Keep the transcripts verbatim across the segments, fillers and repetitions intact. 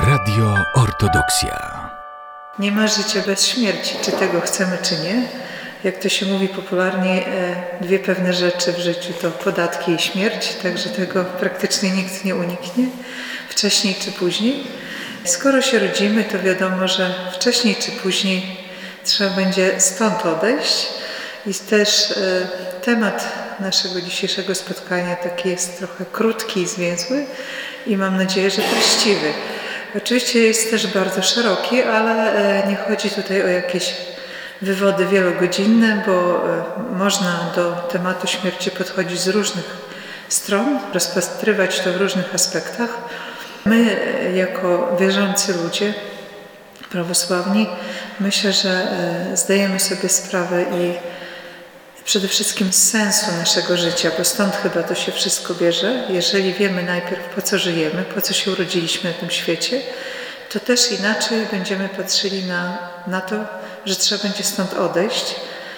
Radio Ortodoksja. Nie ma życia bez śmierci, czy tego chcemy, czy nie. Jak to się mówi popularnie, dwie pewne rzeczy w życiu to podatki i śmierć, także tego praktycznie nikt nie uniknie, wcześniej czy później. Skoro się rodzimy, to wiadomo, że wcześniej czy później trzeba będzie stąd odejść. I też temat naszego dzisiejszego spotkania taki jest trochę krótki i zwięzły i mam nadzieję, że treściwy. Oczywiście jest też bardzo szeroki, ale nie chodzi tutaj o jakieś wywody wielogodzinne, bo można do tematu śmierci podchodzić z różnych stron, rozpatrywać to w różnych aspektach. My, jako wierzący ludzie, prawosławni, myślę, że zdajemy sobie sprawę i przede wszystkim z sensu naszego życia, bo stąd chyba to się wszystko bierze. Jeżeli wiemy najpierw, po co żyjemy, po co się urodziliśmy na tym świecie, to też inaczej będziemy patrzyli na, na to, że trzeba będzie stąd odejść.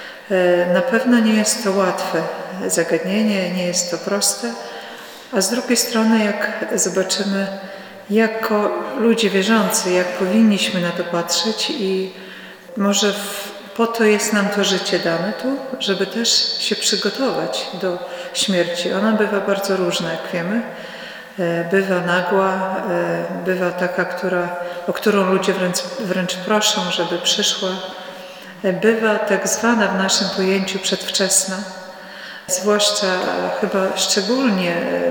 Na pewno nie jest to łatwe zagadnienie, nie jest to proste, a z drugiej strony, jak zobaczymy, jako ludzie wierzący, jak powinniśmy na to patrzeć i może w Po to jest nam to życie dane tu, żeby też się przygotować do śmierci. Ona bywa bardzo różna, jak wiemy. Bywa nagła, bywa taka, która, o którą ludzie wręcz, wręcz proszą, żeby przyszła. Bywa tak zwana w naszym pojęciu przedwczesna, zwłaszcza chyba szczególnie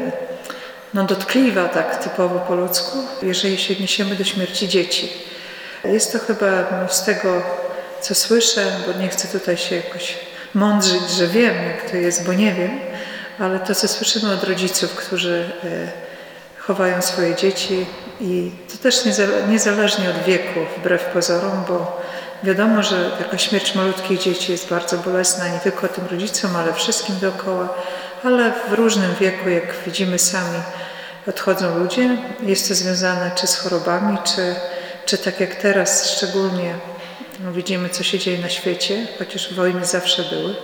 no, dotkliwa, tak typowo po ludzku, jeżeli się odniesiemy do śmierci dzieci. Jest to chyba no, z tego, co słyszę, bo nie chcę tutaj się jakoś mądrzyć, że wiem, jak to jest, bo nie wiem, ale to, co słyszymy od rodziców, którzy chowają swoje dzieci i to też niezależnie od wieku, wbrew pozorom, bo wiadomo, że taka śmierć malutkich dzieci jest bardzo bolesna, nie tylko tym rodzicom, ale wszystkim dookoła, ale w różnym wieku, jak widzimy sami, odchodzą ludzie. Jest to związane czy z chorobami, czy, czy tak jak teraz szczególnie No, widzimy, co się dzieje na świecie, chociaż wojny zawsze były,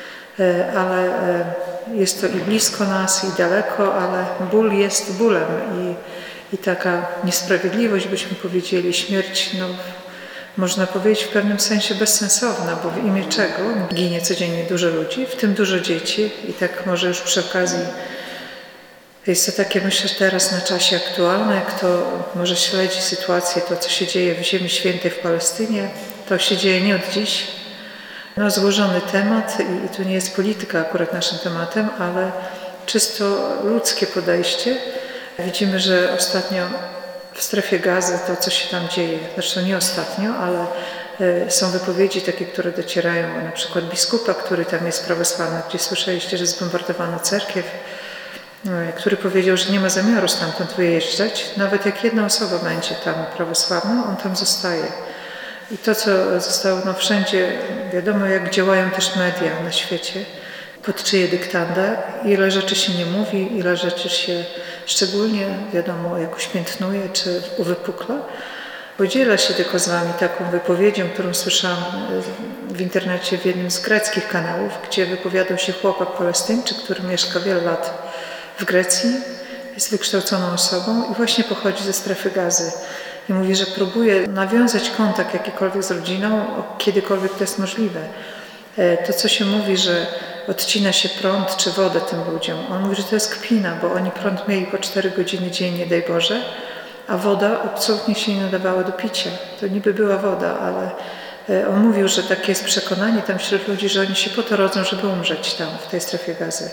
ale jest to i blisko nas, i daleko, ale ból jest bólem i, i taka niesprawiedliwość, byśmy powiedzieli, śmierć, no, można powiedzieć w pewnym sensie bezsensowna, bo w imię czego ginie codziennie dużo ludzi, w tym dużo dzieci i tak może już przy okazji jest to takie, myślę, teraz na czasie aktualne, kto może śledzi sytuację, to co się dzieje w Ziemi Świętej w Palestynie, to się dzieje nie od dziś. No, złożony temat i, i tu nie jest polityka akurat naszym tematem, ale czysto ludzkie podejście. Widzimy, że ostatnio w strefie Gazy to, co się tam dzieje, zresztą nie ostatnio, ale y, są wypowiedzi takie, które docierają, na przykład biskupa, który tam jest prawosławny, gdzie słyszeliście, że zbombardowano cerkiew, który powiedział, że nie ma zamiaru stamtąd wyjeżdżać. Nawet jak jedna osoba będzie tam prawosławna, on tam zostaje. I to, co zostało no, wszędzie, wiadomo, jak działają też media na świecie, pod czyje dyktanda, ile rzeczy się nie mówi, ile rzeczy się szczególnie, wiadomo, jakoś piętnuje czy uwypukla. Podzielę się tylko z wami taką wypowiedzią, którą słyszałam w internecie w jednym z greckich kanałów, gdzie wypowiadał się chłopak Palestyńczyk, który mieszka wiele lat w Grecji, jest wykształconą osobą i właśnie pochodzi ze strefy Gazy. I mówi, że próbuje nawiązać kontakt jakikolwiek z rodziną, kiedykolwiek to jest możliwe. To, co się mówi, że odcina się prąd czy wodę tym ludziom, on mówi, że to jest kpina, bo oni prąd mieli po cztery godziny dziennie, daj Boże, a woda absolutnie się nie nadawała do picia. To niby była woda, ale on mówił, że takie jest przekonanie tam wśród ludzi, że oni się po to rodzą, żeby umrzeć tam, w tej strefie Gazy.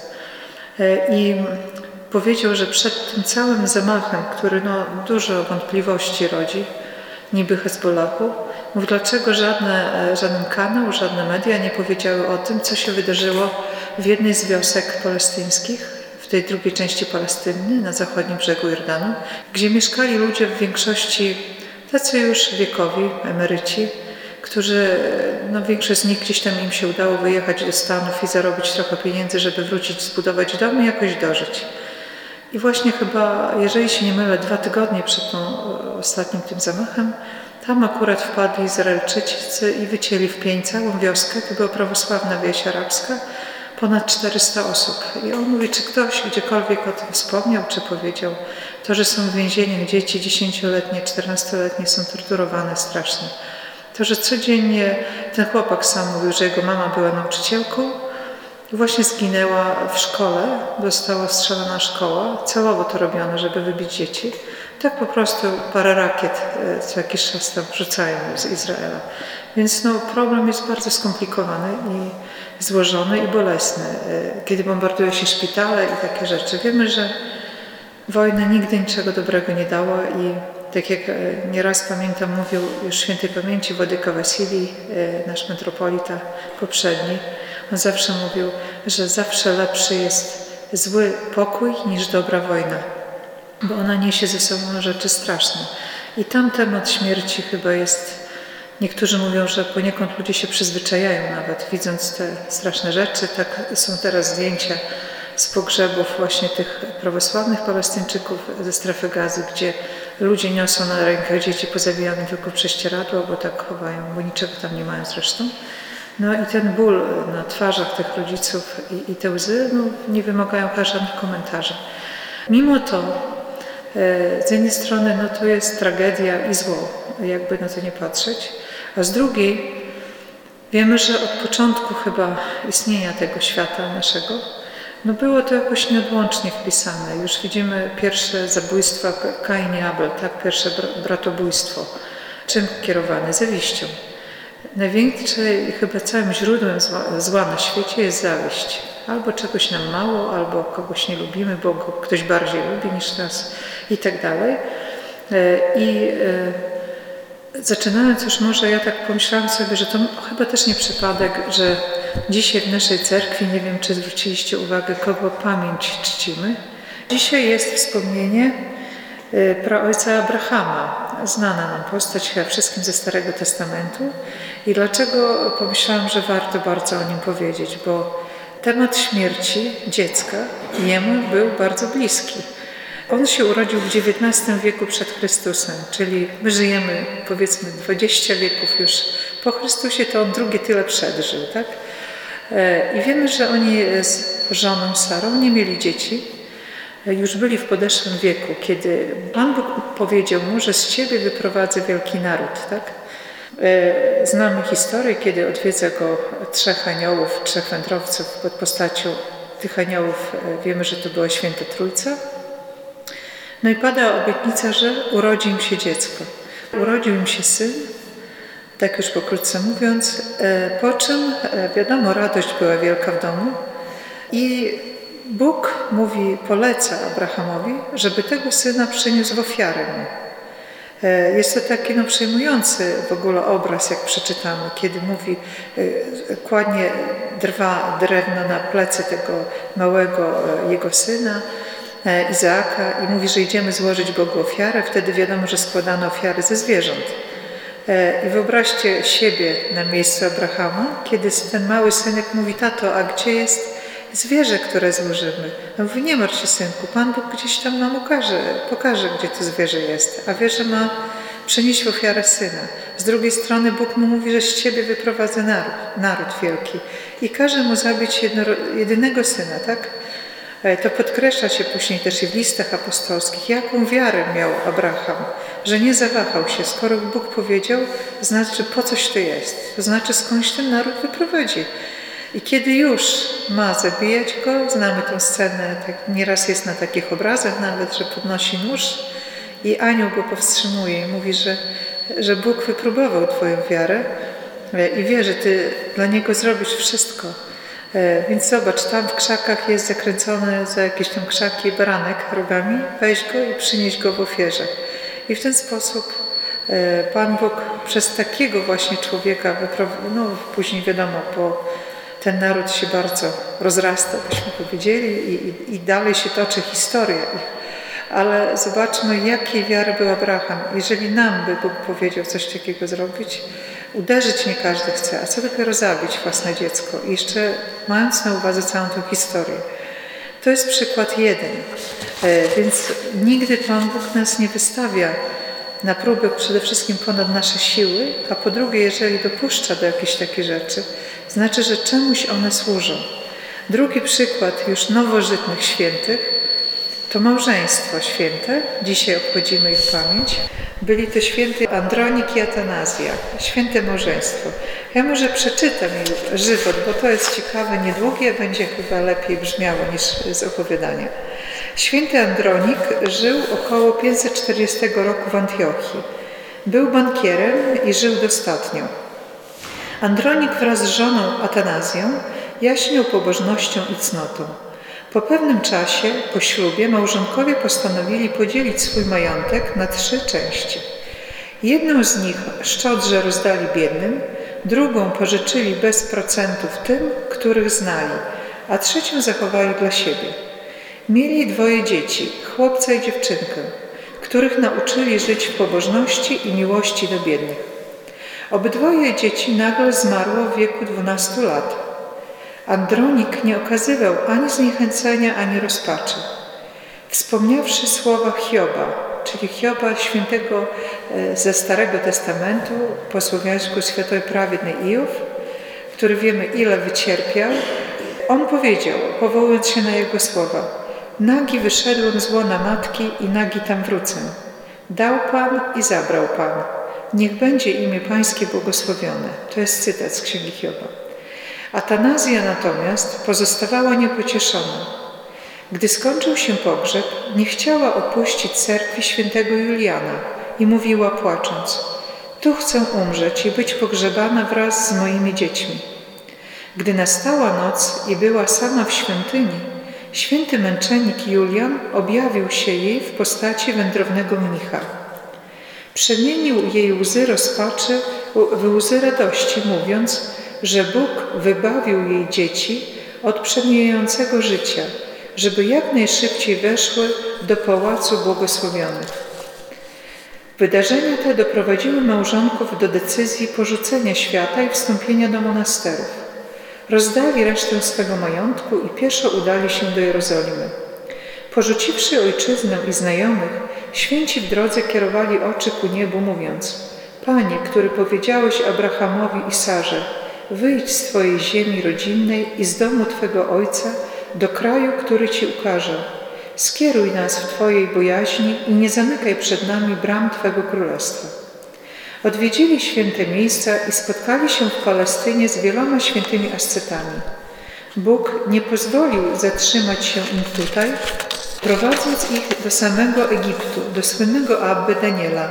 I powiedział, że przed tym całym zamachem, który no, dużo wątpliwości rodzi, niby Hezbollahu, mówi, dlaczego żadne, żaden kanał, żadne media nie powiedziały o tym, co się wydarzyło w jednej z wiosek palestyńskich, w tej drugiej części Palestyny, na zachodnim brzegu Jordanu, gdzie mieszkali ludzie w większości tacy już wiekowi, emeryci, którzy, no większość z nich gdzieś tam im się udało wyjechać do Stanów i zarobić trochę pieniędzy, żeby wrócić, zbudować dom i jakoś dożyć. I właśnie chyba, jeżeli się nie mylę, dwa tygodnie przed tą ostatnim tym zamachem, tam akurat wpadli Izraelczycy i wycięli w pień całą wioskę, to była prawosławna wieś arabska, ponad czterysta osób. I on mówi, czy ktoś gdziekolwiek o tym wspomniał, czy powiedział. To, że są w więzieniach dzieci dziesięcioletnie, czternastoletnie są torturowane strasznie. To, że codziennie ten chłopak sam mówił, że jego mama była nauczycielką i właśnie zginęła w szkole, została strzelana szkoła, celowo to robiono, żeby wybić dzieci. Tak po prostu parę rakiet co jakiś czas tam wrzucają z Izraela. Więc no, problem jest bardzo skomplikowany i złożony i bolesny. Kiedy bombarduje się szpitale i takie rzeczy. Wiemy, że wojna nigdy niczego dobrego nie dała i tak jak nieraz pamiętam, mówił już świętej pamięci Władyka Wasilij, nasz metropolita poprzedni, on zawsze mówił, że zawsze lepszy jest zły pokój niż dobra wojna, bo ona niesie ze sobą rzeczy straszne. I tam temat śmierci chyba jest, niektórzy mówią, że poniekąd ludzie się przyzwyczajają nawet, widząc te straszne rzeczy. Tak są teraz zdjęcia z pogrzebów właśnie tych prawosławnych Palestyńczyków ze strefy Gazy, gdzie ludzie niosą na rękach dzieci pozabijane tylko prześcieradło, bo tak chowają, bo niczego tam nie mają zresztą. No i ten ból na twarzach tych rodziców i, i te łzy no, nie wymagają chyba żadnych komentarzy. Mimo to z jednej strony no, to jest tragedia i zło, jakby na to nie patrzeć, a z drugiej wiemy, że od początku chyba istnienia tego świata naszego no było to jakoś nieodłącznie wpisane. Już widzimy pierwsze zabójstwa Kain i Abel, tak? Pierwsze bratobójstwo. Czym kierowane? Zawiścią. Największym chyba całym źródłem zła, zła na świecie jest zawiść. Albo czegoś nam mało, albo kogoś nie lubimy, bo go ktoś bardziej lubi niż nas i tak dalej. I zaczynając już może, ja tak pomyślałam sobie, że to chyba też nie przypadek, że dzisiaj w naszej cerkwi, nie wiem czy zwróciliście uwagę, kogo pamięć czcimy. Dzisiaj jest wspomnienie praojca Abrahama, znana nam postać chyba wszystkim ze Starego Testamentu. I dlaczego pomyślałam, że warto bardzo o nim powiedzieć, bo temat śmierci dziecka jemu był bardzo bliski. On się urodził w dziewiętnastym wieku przed Chrystusem, czyli my żyjemy powiedzmy dwadzieścia wieków już po Chrystusie, to on drugie tyle przedżył, tak? I wiemy, że oni z żoną Sarą nie mieli dzieci, już byli w podeszłym wieku, kiedy Pan Bóg powiedział mu, że z ciebie wyprowadzę wielki naród, tak? Znamy historię, kiedy odwiedza go trzech aniołów, trzech wędrowców pod postacią tych aniołów. Wiemy, że to była Święta Trójca. No i pada obietnica, że urodzi im się dziecko. Urodził im się syn, tak już pokrótce mówiąc, po czym, wiadomo, radość była wielka w domu i Bóg mówi, poleca Abrahamowi, żeby tego syna przyniósł w ofiarę mu. Jest to taki no, przejmujący w ogóle obraz, jak przeczytamy, kiedy mówi, kładnie drwa, drewno na plecy tego małego jego syna, Izaaka i mówi, że idziemy złożyć Bogu ofiarę. Wtedy wiadomo, że składano ofiary ze zwierząt. I wyobraźcie siebie na miejscu Abrahama, kiedy ten mały synek mówi, tato, a gdzie jest zwierzę, które złożymy? No mówi, nie martw się, synku, Pan Bóg gdzieś tam nam ukaże, pokaże, gdzie to zwierzę jest. A wie, że ma przynieść ofiarę syna. Z drugiej strony Bóg mu mówi, że z ciebie wyprowadzę naród, naród wielki. I każe mu zabić jedno, jedynego syna, tak? To podkreśla się później też i w listach apostolskich, jaką wiarę miał Abraham, że nie zawahał się. Skoro Bóg powiedział, znaczy po coś to jest, to znaczy skądś ten naród wyprowadzi. I kiedy już ma zabijać go, znamy tę scenę, tak nieraz jest na takich obrazach nawet, że podnosi nóż i anioł go powstrzymuje i mówi, że, że Bóg wypróbował twoją wiarę i wie, że ty dla niego zrobisz wszystko. Więc zobacz, tam w krzakach jest zakręcony za jakieś tam krzaki baranek rogami, weź go i przynieś go w ofierze. I w ten sposób Pan Bóg przez takiego właśnie człowieka, no później wiadomo, bo ten naród się bardzo rozrasta, byśmy powiedzieli, i, i, i dalej się toczy historia ich. Ale zobaczmy, jakiej wiary był Abraham. Jeżeli nam by Bóg powiedział coś takiego zrobić, uderzyć nie każdy chce, a co dopiero zabić własne dziecko. I jeszcze mając na uwadze całą tę historię. To jest przykład jeden. Więc nigdy Pan Bóg nas nie wystawia na próbę przede wszystkim ponad nasze siły, a po drugie, jeżeli dopuszcza do jakichś takich rzeczy, znaczy, że czemuś one służą. Drugi przykład już nowożytnych świętych to małżeństwo święte. Dzisiaj obchodzimy ich pamięć. Byli to święty Andronik i Atanazja, święte małżeństwo. Ja może przeczytam ich żywot, bo to jest ciekawe, niedługie, będzie chyba lepiej brzmiało niż z opowiadania. Święty Andronik żył około pięćset czterdziestego roku w Antiochii. Był bankierem i żył dostatnio. Andronik wraz z żoną Atanazją jaśnił pobożnością i cnotą. Po pewnym czasie, po ślubie, małżonkowie postanowili podzielić swój majątek na trzy części. Jedną z nich szczodrze rozdali biednym, drugą pożyczyli bez procentów tym, których znali, a trzecią zachowali dla siebie. Mieli dwoje dzieci, chłopca i dziewczynkę, których nauczyli żyć w pobożności i miłości do biednych. Obydwoje dzieci nagle zmarło w wieku dwunastu lat. Andronik nie okazywał ani zniechęcenia, ani rozpaczy. Wspomniawszy słowa Hioba, czyli Hioba, świętego ze Starego Testamentu, po słowiańsku świętej prawiedny Iów, który wiemy ile wycierpiał, on powiedział, powołując się na jego słowa: nagi wyszedłem z łona matki i nagi tam wrócę. Dał Pan i zabrał Pan. Niech będzie imię Pańskie błogosławione. To jest cytat z księgi Hioba. Atanazja natomiast pozostawała niepocieszona. Gdy skończył się pogrzeb, nie chciała opuścić cerkwi świętego Juliana i mówiła płacząc: tu chcę umrzeć i być pogrzebana wraz z moimi dziećmi. Gdy nastała noc i była sama w świątyni, święty męczennik Julian objawił się jej w postaci wędrownego mnicha. Przemienił jej łzy rozpaczy w łzy radości, mówiąc, że Bóg wybawił jej dzieci od przemijającego życia, żeby jak najszybciej weszły do pałacu błogosławionych. Wydarzenia te doprowadziły małżonków do decyzji porzucenia świata i wstąpienia do monasterów. Rozdali resztę swego majątku i pieszo udali się do Jerozolimy. Porzuciwszy ojczyznę i znajomych, święci w drodze kierowali oczy ku niebu, mówiąc: Panie, który powiedziałeś Abrahamowi i Sarze: wyjdź z Twojej ziemi rodzinnej i z domu Twego ojca do kraju, który Ci ukażę. Skieruj nas w Twojej bojaźni i nie zamykaj przed nami bram Twego królestwa. Odwiedzili święte miejsca i spotkali się w Palestynie z wieloma świętymi ascetami. Bóg nie pozwolił zatrzymać się im tutaj, prowadząc ich do samego Egiptu, do słynnego Abby Daniela.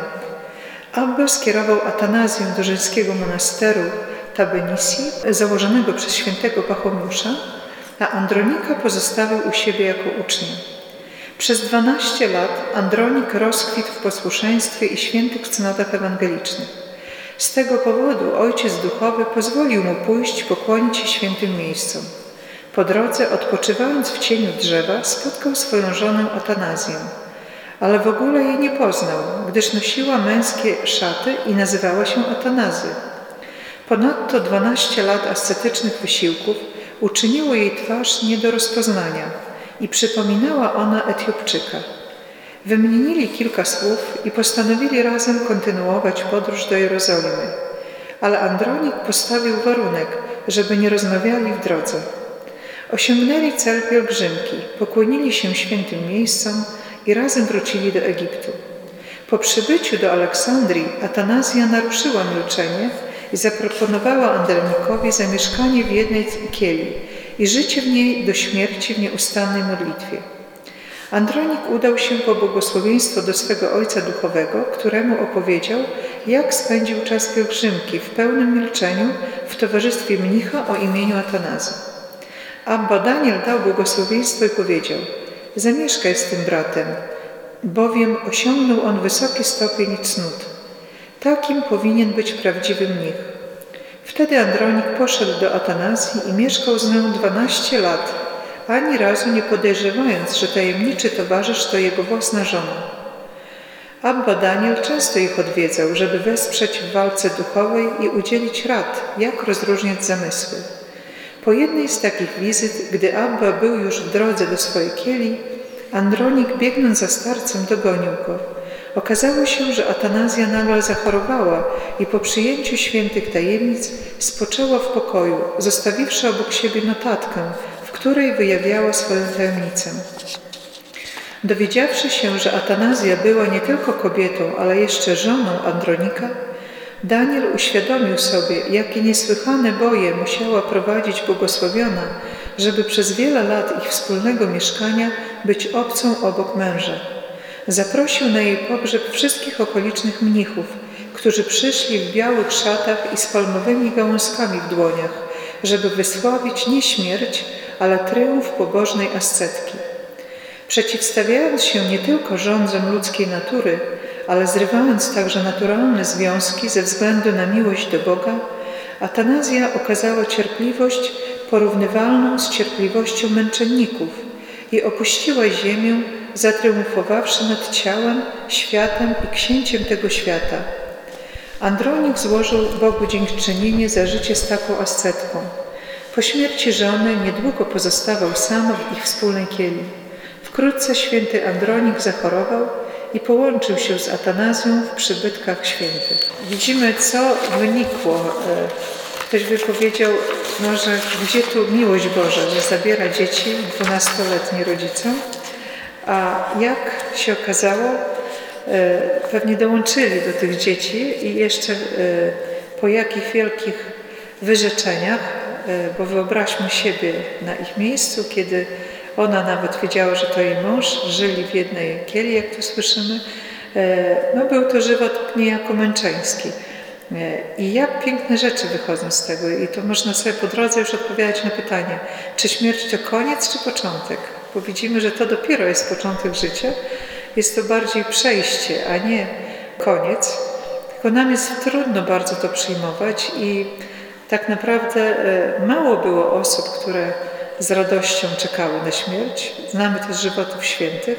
Abba skierował Atanazję do żeńskiego monasteru Tabenisi, założonego przez świętego Pachomiusza, a Andronika pozostawił u siebie jako ucznia. Przez dwanaście lat Andronik rozkwitł w posłuszeństwie i świętych cnotach ewangelicznych. Z tego powodu ojciec duchowy pozwolił mu pójść pokłonić się świętym miejscom. Po drodze, odpoczywając w cieniu drzewa, spotkał swoją żonę Atanazję, ale w ogóle jej nie poznał, gdyż nosiła męskie szaty i nazywała się Atanazy. Ponadto dwanaście lat ascetycznych wysiłków uczyniło jej twarz nie do rozpoznania i przypominała ona Etiopczyka. Wymienili kilka słów i postanowili razem kontynuować podróż do Jerozolimy, ale Andronik postawił warunek, żeby nie rozmawiali w drodze. Osiągnęli cel pielgrzymki, pokłonili się świętym miejscom i razem wrócili do Egiptu. Po przybyciu do Aleksandrii Atanazja naruszyła milczenie i zaproponowała Andronikowi zamieszkanie w jednej kieli i życie w niej do śmierci w nieustannej modlitwie. Andronik udał się po błogosławieństwo do swego ojca duchowego, któremu opowiedział, jak spędził czas pielgrzymki w pełnym milczeniu w towarzystwie mnicha o imieniu Atanazy. Abba Daniel dał błogosławieństwo i powiedział: zamieszkaj z tym bratem, bowiem osiągnął on wysoki stopień cnót. Takim powinien być prawdziwy mnich. Wtedy Andronik poszedł do Atanazji i mieszkał z nią dwanaście lat, ani razu nie podejrzewając, że tajemniczy towarzysz to jego własna żona. Abba Daniel często ich odwiedzał, żeby wesprzeć w walce duchowej i udzielić rad, jak rozróżniać zamysły. Po jednej z takich wizyt, gdy Abba był już w drodze do swojej kieli, Andronik, biegnąc za starcem, dogonił go. Okazało się, że Atanazja nagle zachorowała i po przyjęciu świętych tajemnic spoczęła w pokoju, zostawiwszy obok siebie notatkę, w której wyjawiała swoją tajemnicę. Dowiedziawszy się, że Atanazja była nie tylko kobietą, ale jeszcze żoną Andronika, Daniel uświadomił sobie, jakie niesłychane boje musiała prowadzić błogosławiona, żeby przez wiele lat ich wspólnego mieszkania być obcą obok męża. Zaprosił na jej pogrzeb wszystkich okolicznych mnichów, którzy przyszli w białych szatach i z palmowymi gałązkami w dłoniach, żeby wysławić nie śmierć, ale triumf pobożnej ascetki. Przeciwstawiając się nie tylko rządzom ludzkiej natury, ale zrywając także naturalne związki ze względu na miłość do Boga, Atanazja okazała cierpliwość porównywalną z cierpliwością męczenników i opuściła ziemię, zatriumfowawszy nad ciałem, światem i księciem tego świata. Andronik złożył Bogu dziękczynienie za życie z taką ascetką. Po śmierci żony niedługo pozostawał sam w ich wspólnej kieli. Wkrótce święty Andronik zachorował i połączył się z Atanazją w przybytkach świętych. Widzimy, co wynikło. Ktoś by powiedział, no, że gdzie tu miłość Boża, że zabiera dzieci dwunastoletnie rodzicom, a jak się okazało, pewnie dołączyli do tych dzieci i jeszcze po jakich wielkich wyrzeczeniach, bo wyobraźmy siebie na ich miejscu, kiedy ona nawet wiedziała, że to jej mąż, żyli w jednej kieli, jak tu słyszymy. No, był to żywot niejako męczeński. I jak piękne rzeczy wychodzą z tego. I to można sobie po drodze już odpowiadać na pytanie, czy śmierć to koniec, czy początek? Bo widzimy, że to dopiero jest początek życia. Jest to bardziej przejście, a nie koniec. Tylko nam jest trudno bardzo to przyjmować i tak naprawdę mało było osób, które z radością czekały na śmierć. Znamy to z żywotów świętych,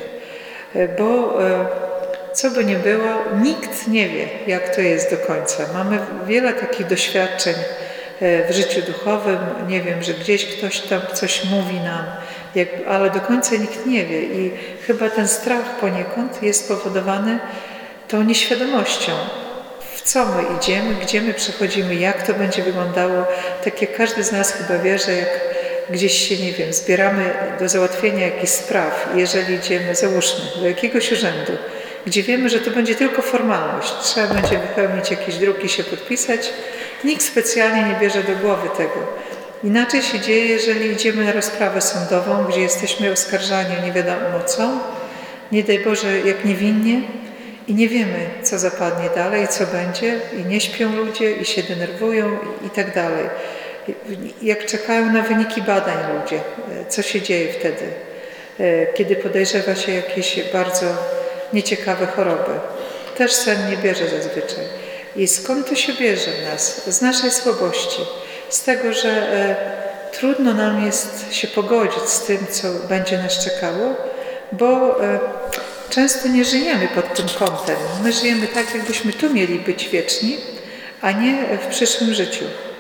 bo co by nie było, nikt nie wie, jak to jest do końca. Mamy wiele takich doświadczeń w życiu duchowym. Nie wiem, że gdzieś ktoś tam coś mówi nam, jak, ale do końca nikt nie wie. I chyba ten strach poniekąd jest spowodowany tą nieświadomością. W co my idziemy, gdzie my przechodzimy, jak to będzie wyglądało. Tak jak każdy z nas chyba wie, że jak gdzieś się, nie wiem, zbieramy do załatwienia jakichś spraw, jeżeli idziemy, załóżmy, do jakiegoś urzędu, gdzie wiemy, że to będzie tylko formalność, trzeba będzie wypełnić jakieś druki, się podpisać, nikt specjalnie nie bierze do głowy tego. Inaczej się dzieje, jeżeli idziemy na rozprawę sądową, gdzie jesteśmy oskarżani o nie wiadomo co, nie daj Boże, jak niewinnie, i nie wiemy, co zapadnie dalej, co będzie, i nie śpią ludzie, i się denerwują, i, i tak dalej. Jak czekają na wyniki badań ludzie, co się dzieje wtedy, kiedy podejrzewa się jakieś bardzo nieciekawe choroby. Też sen nie bierze zazwyczaj. I skąd to się bierze w nas? Z naszej słabości. Z tego, że e, trudno nam jest się pogodzić z tym, co będzie nas czekało, bo e, często nie żyjemy pod tym kątem. My żyjemy tak, jakbyśmy tu mieli być wieczni, a nie w przyszłym życiu.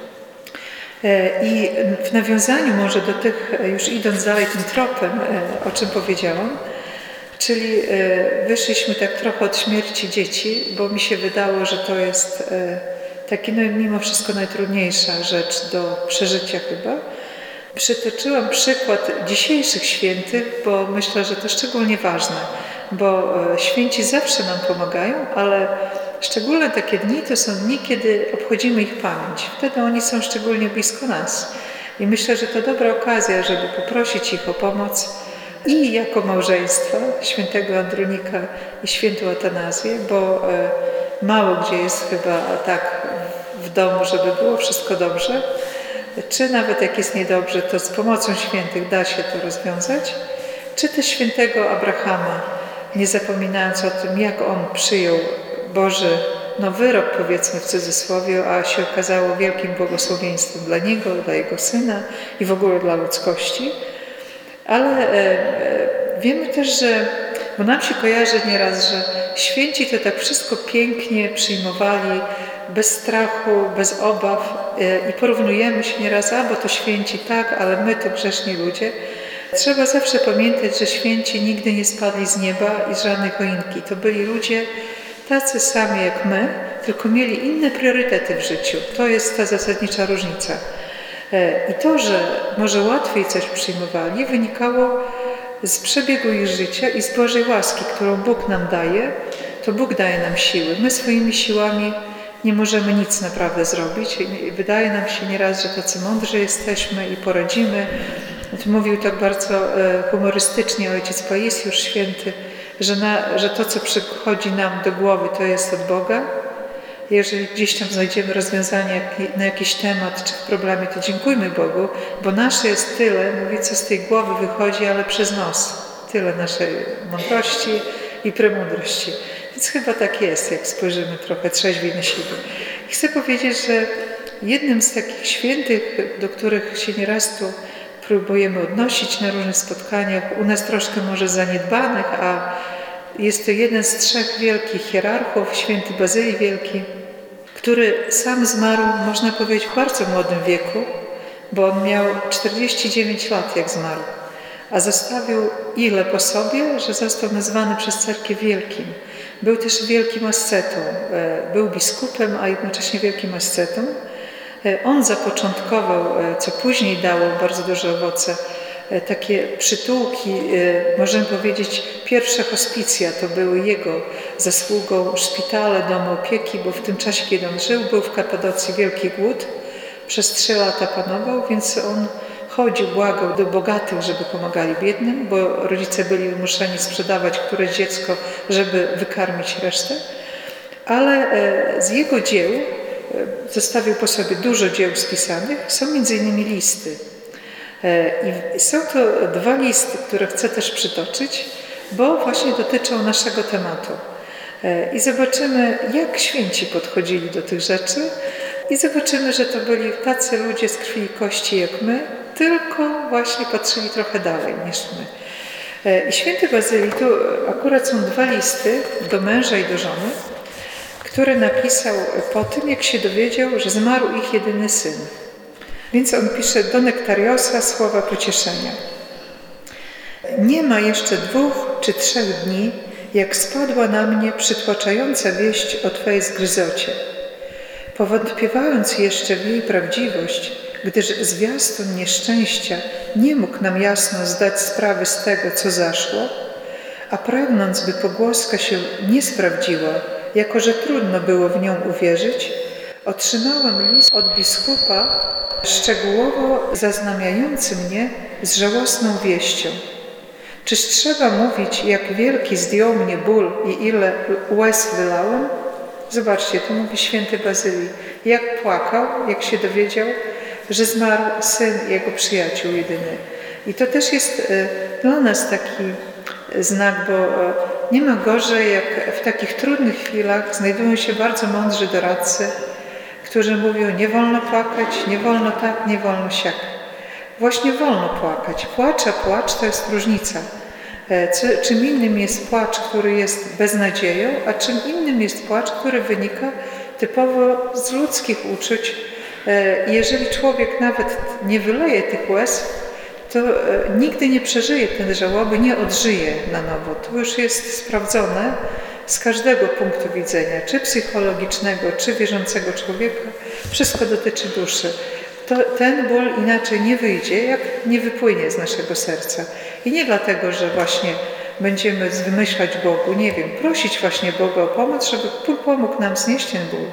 I w nawiązaniu może do tych, już idąc dalej tym tropem, o czym powiedziałam, czyli wyszliśmy tak trochę od śmierci dzieci, bo mi się wydało, że to jest taki, no mimo wszystko najtrudniejsza rzecz do przeżycia chyba. Przytoczyłam przykład dzisiejszych świętych, bo myślę, że to szczególnie ważne, bo święci zawsze nam pomagają, ale szczególne takie dni to są dni, kiedy obchodzimy ich pamięć. Wtedy oni są szczególnie blisko nas. I myślę, że to dobra okazja, żeby poprosić ich o pomoc i jako małżeństwa świętego Andronika i świętą Atanazję, bo mało gdzie jest chyba tak w domu, żeby było wszystko dobrze. Czy nawet jak jest niedobrze, to z pomocą świętych da się to rozwiązać. Czy też świętego Abrahama, nie zapominając o tym, jak on przyjął Boży no, wyrok, powiedzmy w cudzysłowie, a się okazało wielkim błogosławieństwem dla niego, dla jego syna i w ogóle dla ludzkości. Ale e, wiemy też, że, bo nam się kojarzy nieraz, że święci to tak wszystko pięknie przyjmowali, bez strachu, bez obaw e, i porównujemy się nieraz, a bo to święci tak, ale my to grzeszni ludzie. Trzeba zawsze pamiętać, że święci nigdy nie spadli z nieba i z żadnej choinki. To byli ludzie tacy sami jak my, tylko mieli inne priorytety w życiu. To jest ta zasadnicza różnica. I to, że może łatwiej coś przyjmowali, wynikało z przebiegu ich życia i z Bożej łaski, którą Bóg nam daje. To Bóg daje nam siły. My swoimi siłami nie możemy nic naprawdę zrobić. Wydaje nam się nieraz, że tacy mądrzy jesteśmy i poradzimy. Mówił tak bardzo humorystycznie ojciec Paisiusz Święty, że, na, że to, co przychodzi nam do głowy, to jest od Boga. Jeżeli gdzieś tam znajdziemy rozwiązanie na jakiś temat czy w problemie, to dziękujmy Bogu, bo nasze jest tyle, mówię, co z tej głowy wychodzi, ale przez nos. Tyle naszej mądrości i premądrości. Więc chyba tak jest, jak spojrzymy trochę trzeźwiej na siebie. I chcę powiedzieć, że jednym z takich świętych, do których się nieraz tu próbujemy odnosić na różnych spotkaniach, u nas troszkę może zaniedbanych, a jest to jeden z trzech wielkich hierarchów, święty Bazylii Wielki, który sam zmarł, można powiedzieć, w bardzo młodym wieku, bo on miał czterdzieści dziewięć lat, jak zmarł, a zostawił ile po sobie, że został nazwany przez cerkiew wielkim. Był też wielkim ascetą, był biskupem, a jednocześnie wielkim ascetą. On zapoczątkował, co później dało bardzo duże owoce, takie przytułki, możemy powiedzieć, pierwsze hospicja, to były jego zasługą, szpitale, domy opieki, bo w tym czasie, kiedy on żył, był w Kapadocji wielki głód, przez trzy lata panował, więc on chodził, błagał do bogatych, żeby pomagali biednym, bo rodzice byli wymuszeni sprzedawać któreś dziecko, żeby wykarmić resztę. Ale z jego dzieł, zostawił po sobie dużo dzieł spisanych, są między innymi listy. I są to dwa listy, które chcę też przytoczyć, bo właśnie dotyczą naszego tematu. I zobaczymy, jak święci podchodzili do tych rzeczy i zobaczymy, że to byli tacy ludzie z krwi i kości jak my, tylko właśnie patrzyli trochę dalej niż my. I święty Bazylii, tu akurat są dwa listy do męża i do żony, które napisał po tym, jak się dowiedział, że zmarł ich jedyny syn. Więc on pisze do Nektariosa słowa pocieszenia. Nie ma jeszcze dwóch czy trzech dni, jak spadła na mnie przytłaczająca wieść o Twojej zgryzocie. Powątpiewając jeszcze w jej prawdziwość, gdyż zwiastun nieszczęścia nie mógł nam jasno zdać sprawy z tego, co zaszło, a pragnąc, by pogłoska się nie sprawdziła, jako że trudno było w nią uwierzyć, otrzymałem list od biskupa szczegółowo zaznamiający mnie z żałosną wieścią. Czyż trzeba mówić, jak wielki zdjął mnie ból i ile łez wylałem? Zobaczcie, tu mówi święty Bazylii, jak płakał, jak się dowiedział, że zmarł syn jego przyjaciół jedyny. I to też jest dla nas taki znak, bo nie ma gorzej, jak w takich trudnych chwilach znajdują się bardzo mądrzy doradcy, którzy mówią, nie wolno płakać, nie wolno tak, nie wolno siak. Właśnie wolno płakać. Płacz a płacz to jest różnica. Czym innym jest płacz, który jest beznadzieją, a czym innym jest płacz, który wynika typowo z ludzkich uczuć. Jeżeli człowiek nawet nie wyleje tych łez, to nigdy nie przeżyje tej żałoby, nie odżyje na nowo. To już jest sprawdzone z każdego punktu widzenia, czy psychologicznego, czy wierzącego człowieka. Wszystko dotyczy duszy. To, ten ból inaczej nie wyjdzie, jak nie wypłynie z naszego serca. I nie dlatego, że właśnie będziemy wymyślać Bogu, nie wiem, prosić właśnie Boga o pomoc, żeby pomógł nam znieść ten ból.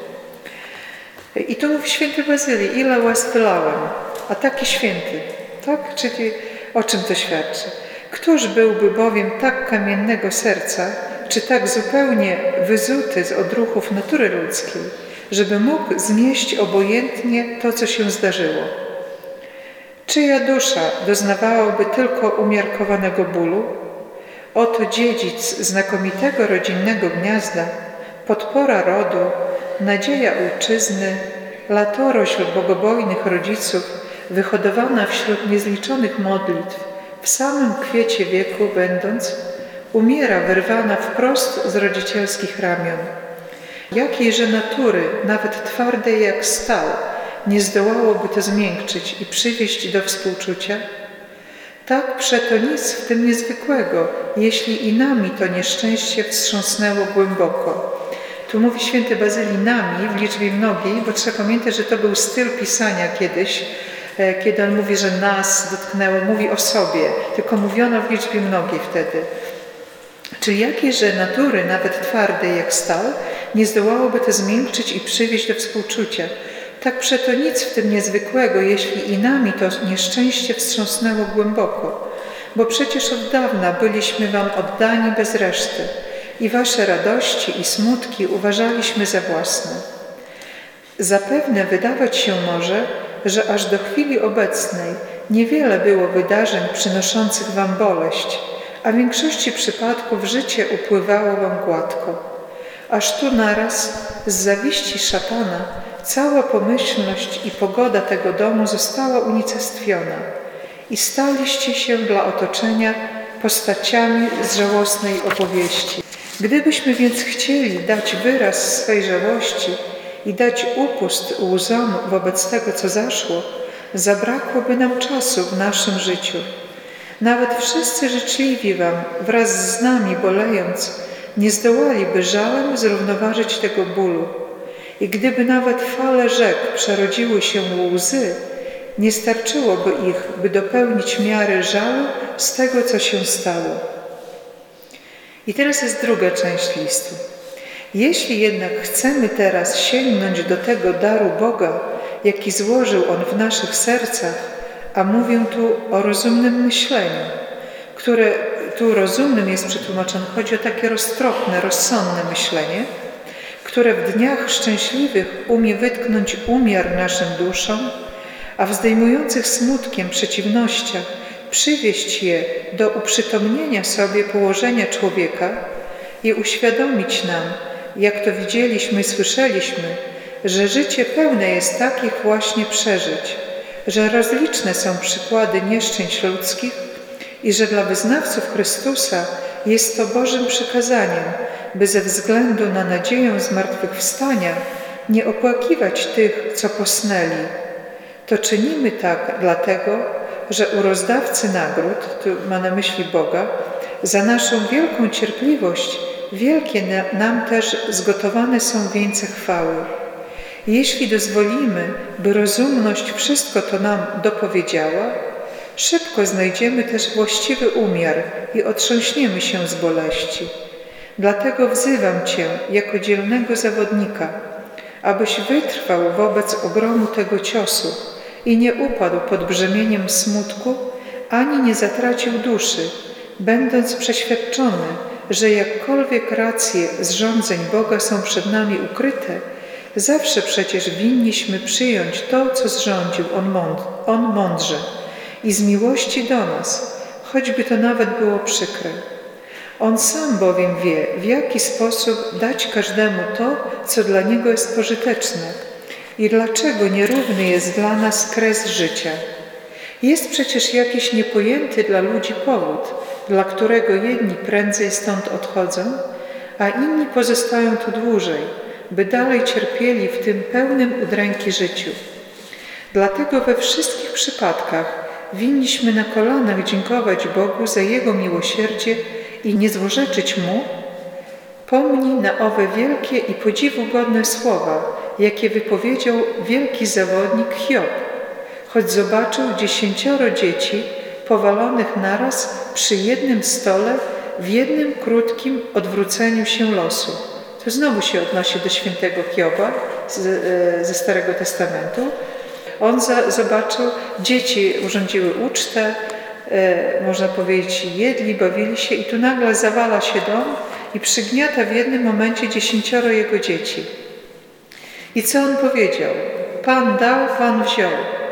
I tu mówi święty Bazylii, ile łez wylałem, a taki święty, tak? Czyli o czym to świadczy? Któż byłby bowiem tak kamiennego serca, czy tak zupełnie wyzuty z odruchów natury ludzkiej, żeby mógł znieść obojętnie to, co się zdarzyło? Czyja dusza doznawałaby tylko umiarkowanego bólu? Oto dziedzic znakomitego rodzinnego gniazda, podpora rodu, nadzieja ojczyzny, latorośl bogobojnych rodziców, wyhodowana wśród niezliczonych modlitw, w samym kwiecie wieku będąc, umiera wyrwana wprost z rodzicielskich ramion. Jakiejże natury, nawet twardej jak stal, nie zdołałoby to zmiękczyć i przywieść do współczucia? Tak przeto nic w tym niezwykłego, jeśli i nami to nieszczęście wstrząsnęło głęboko. Tu mówi święty Bazylii nami w liczbie mnogiej, bo trzeba pamiętać, że to był styl pisania kiedyś, kiedy on mówi, że nas dotknęło, mówi o sobie, tylko mówiono w liczbie mnogiej wtedy. Czyli jakie, że natury, nawet twardej jak stal, nie zdołałoby to zmiękczyć i przywieść do współczucia. Tak przeto nic w tym niezwykłego, jeśli i nami to nieszczęście wstrząsnęło głęboko, bo przecież od dawna byliśmy wam oddani bez reszty i wasze radości i smutki uważaliśmy za własne. Zapewne wydawać się może, że aż do chwili obecnej niewiele było wydarzeń przynoszących wam boleść, a w większości przypadków życie upływało wam gładko. Aż tu naraz z zawiści szatana cała pomyślność i pogoda tego domu została unicestwiona i staliście się dla otoczenia postaciami z żałosnej opowieści. Gdybyśmy więc chcieli dać wyraz swej żałości i dać upust łzom wobec tego, co zaszło, zabrakłoby nam czasu w naszym życiu. Nawet wszyscy życzliwi wam, wraz z nami bolejąc, nie zdołaliby żałem zrównoważyć tego bólu. I gdyby nawet fale rzek przerodziły się w łzy, nie starczyłoby ich, by dopełnić miary żalu z tego, co się stało. I teraz jest druga część listu. Jeśli jednak chcemy teraz sięgnąć do tego daru Boga, jaki złożył On w naszych sercach, a mówię tu o rozumnym myśleniu, które tu rozumnym jest przetłumaczone, chodzi o takie roztropne, rozsądne myślenie, które w dniach szczęśliwych umie wytknąć umiar naszym duszom, a w zdejmujących smutkiem przeciwnościach przywieść je do uprzytomnienia sobie położenia człowieka i uświadomić nam, jak to widzieliśmy i słyszeliśmy, że życie pełne jest takich właśnie przeżyć, że rozliczne są przykłady nieszczęść ludzkich i że dla wyznawców Chrystusa jest to Bożym przykazaniem, by ze względu na nadzieję zmartwychwstania nie opłakiwać tych, co posnęli. To czynimy tak dlatego, że u rozdawcy nagród, tu ma na myśli Boga, za naszą wielką cierpliwość wielkie nam też zgotowane są wieńce chwały. Jeśli dozwolimy, by rozumność wszystko to nam dopowiedziała, szybko znajdziemy też właściwy umiar i otrząśniemy się z boleści. Dlatego wzywam Cię jako dzielnego zawodnika, abyś wytrwał wobec ogromu tego ciosu i nie upadł pod brzemieniem smutku, ani nie zatracił duszy, będąc przeświadczony, że jakkolwiek racje zrządzeń Boga są przed nami ukryte, zawsze przecież winniśmy przyjąć to, co zrządził On, mąd on mądrze i z miłości do nas, choćby to nawet było przykre. On sam bowiem wie, w jaki sposób dać każdemu to, co dla niego jest pożyteczne i dlaczego nierówny jest dla nas kres życia. Jest przecież jakiś niepojęty dla ludzi powód, dla którego jedni prędzej stąd odchodzą, a inni pozostają tu dłużej, by dalej cierpieli w tym pełnym udręki życiu. Dlatego we wszystkich przypadkach winniśmy na kolanach dziękować Bogu za Jego miłosierdzie i nie złorzeczyć Mu. Pomnij na owe wielkie i podziwu godne słowa, jakie wypowiedział wielki zawodnik Hiob, choć zobaczył dziesięcioro dzieci powalonych naraz przy jednym stole w jednym krótkim odwróceniu się losu. To znowu się odnosi do świętego Hioba z, ze Starego Testamentu. On za, zobaczył, dzieci urządziły ucztę, e, można powiedzieć, jedli, bawili się i tu nagle zawala się dom i przygniata w jednym momencie dziesięcioro jego dzieci. I co on powiedział? Pan dał, Pan wziął.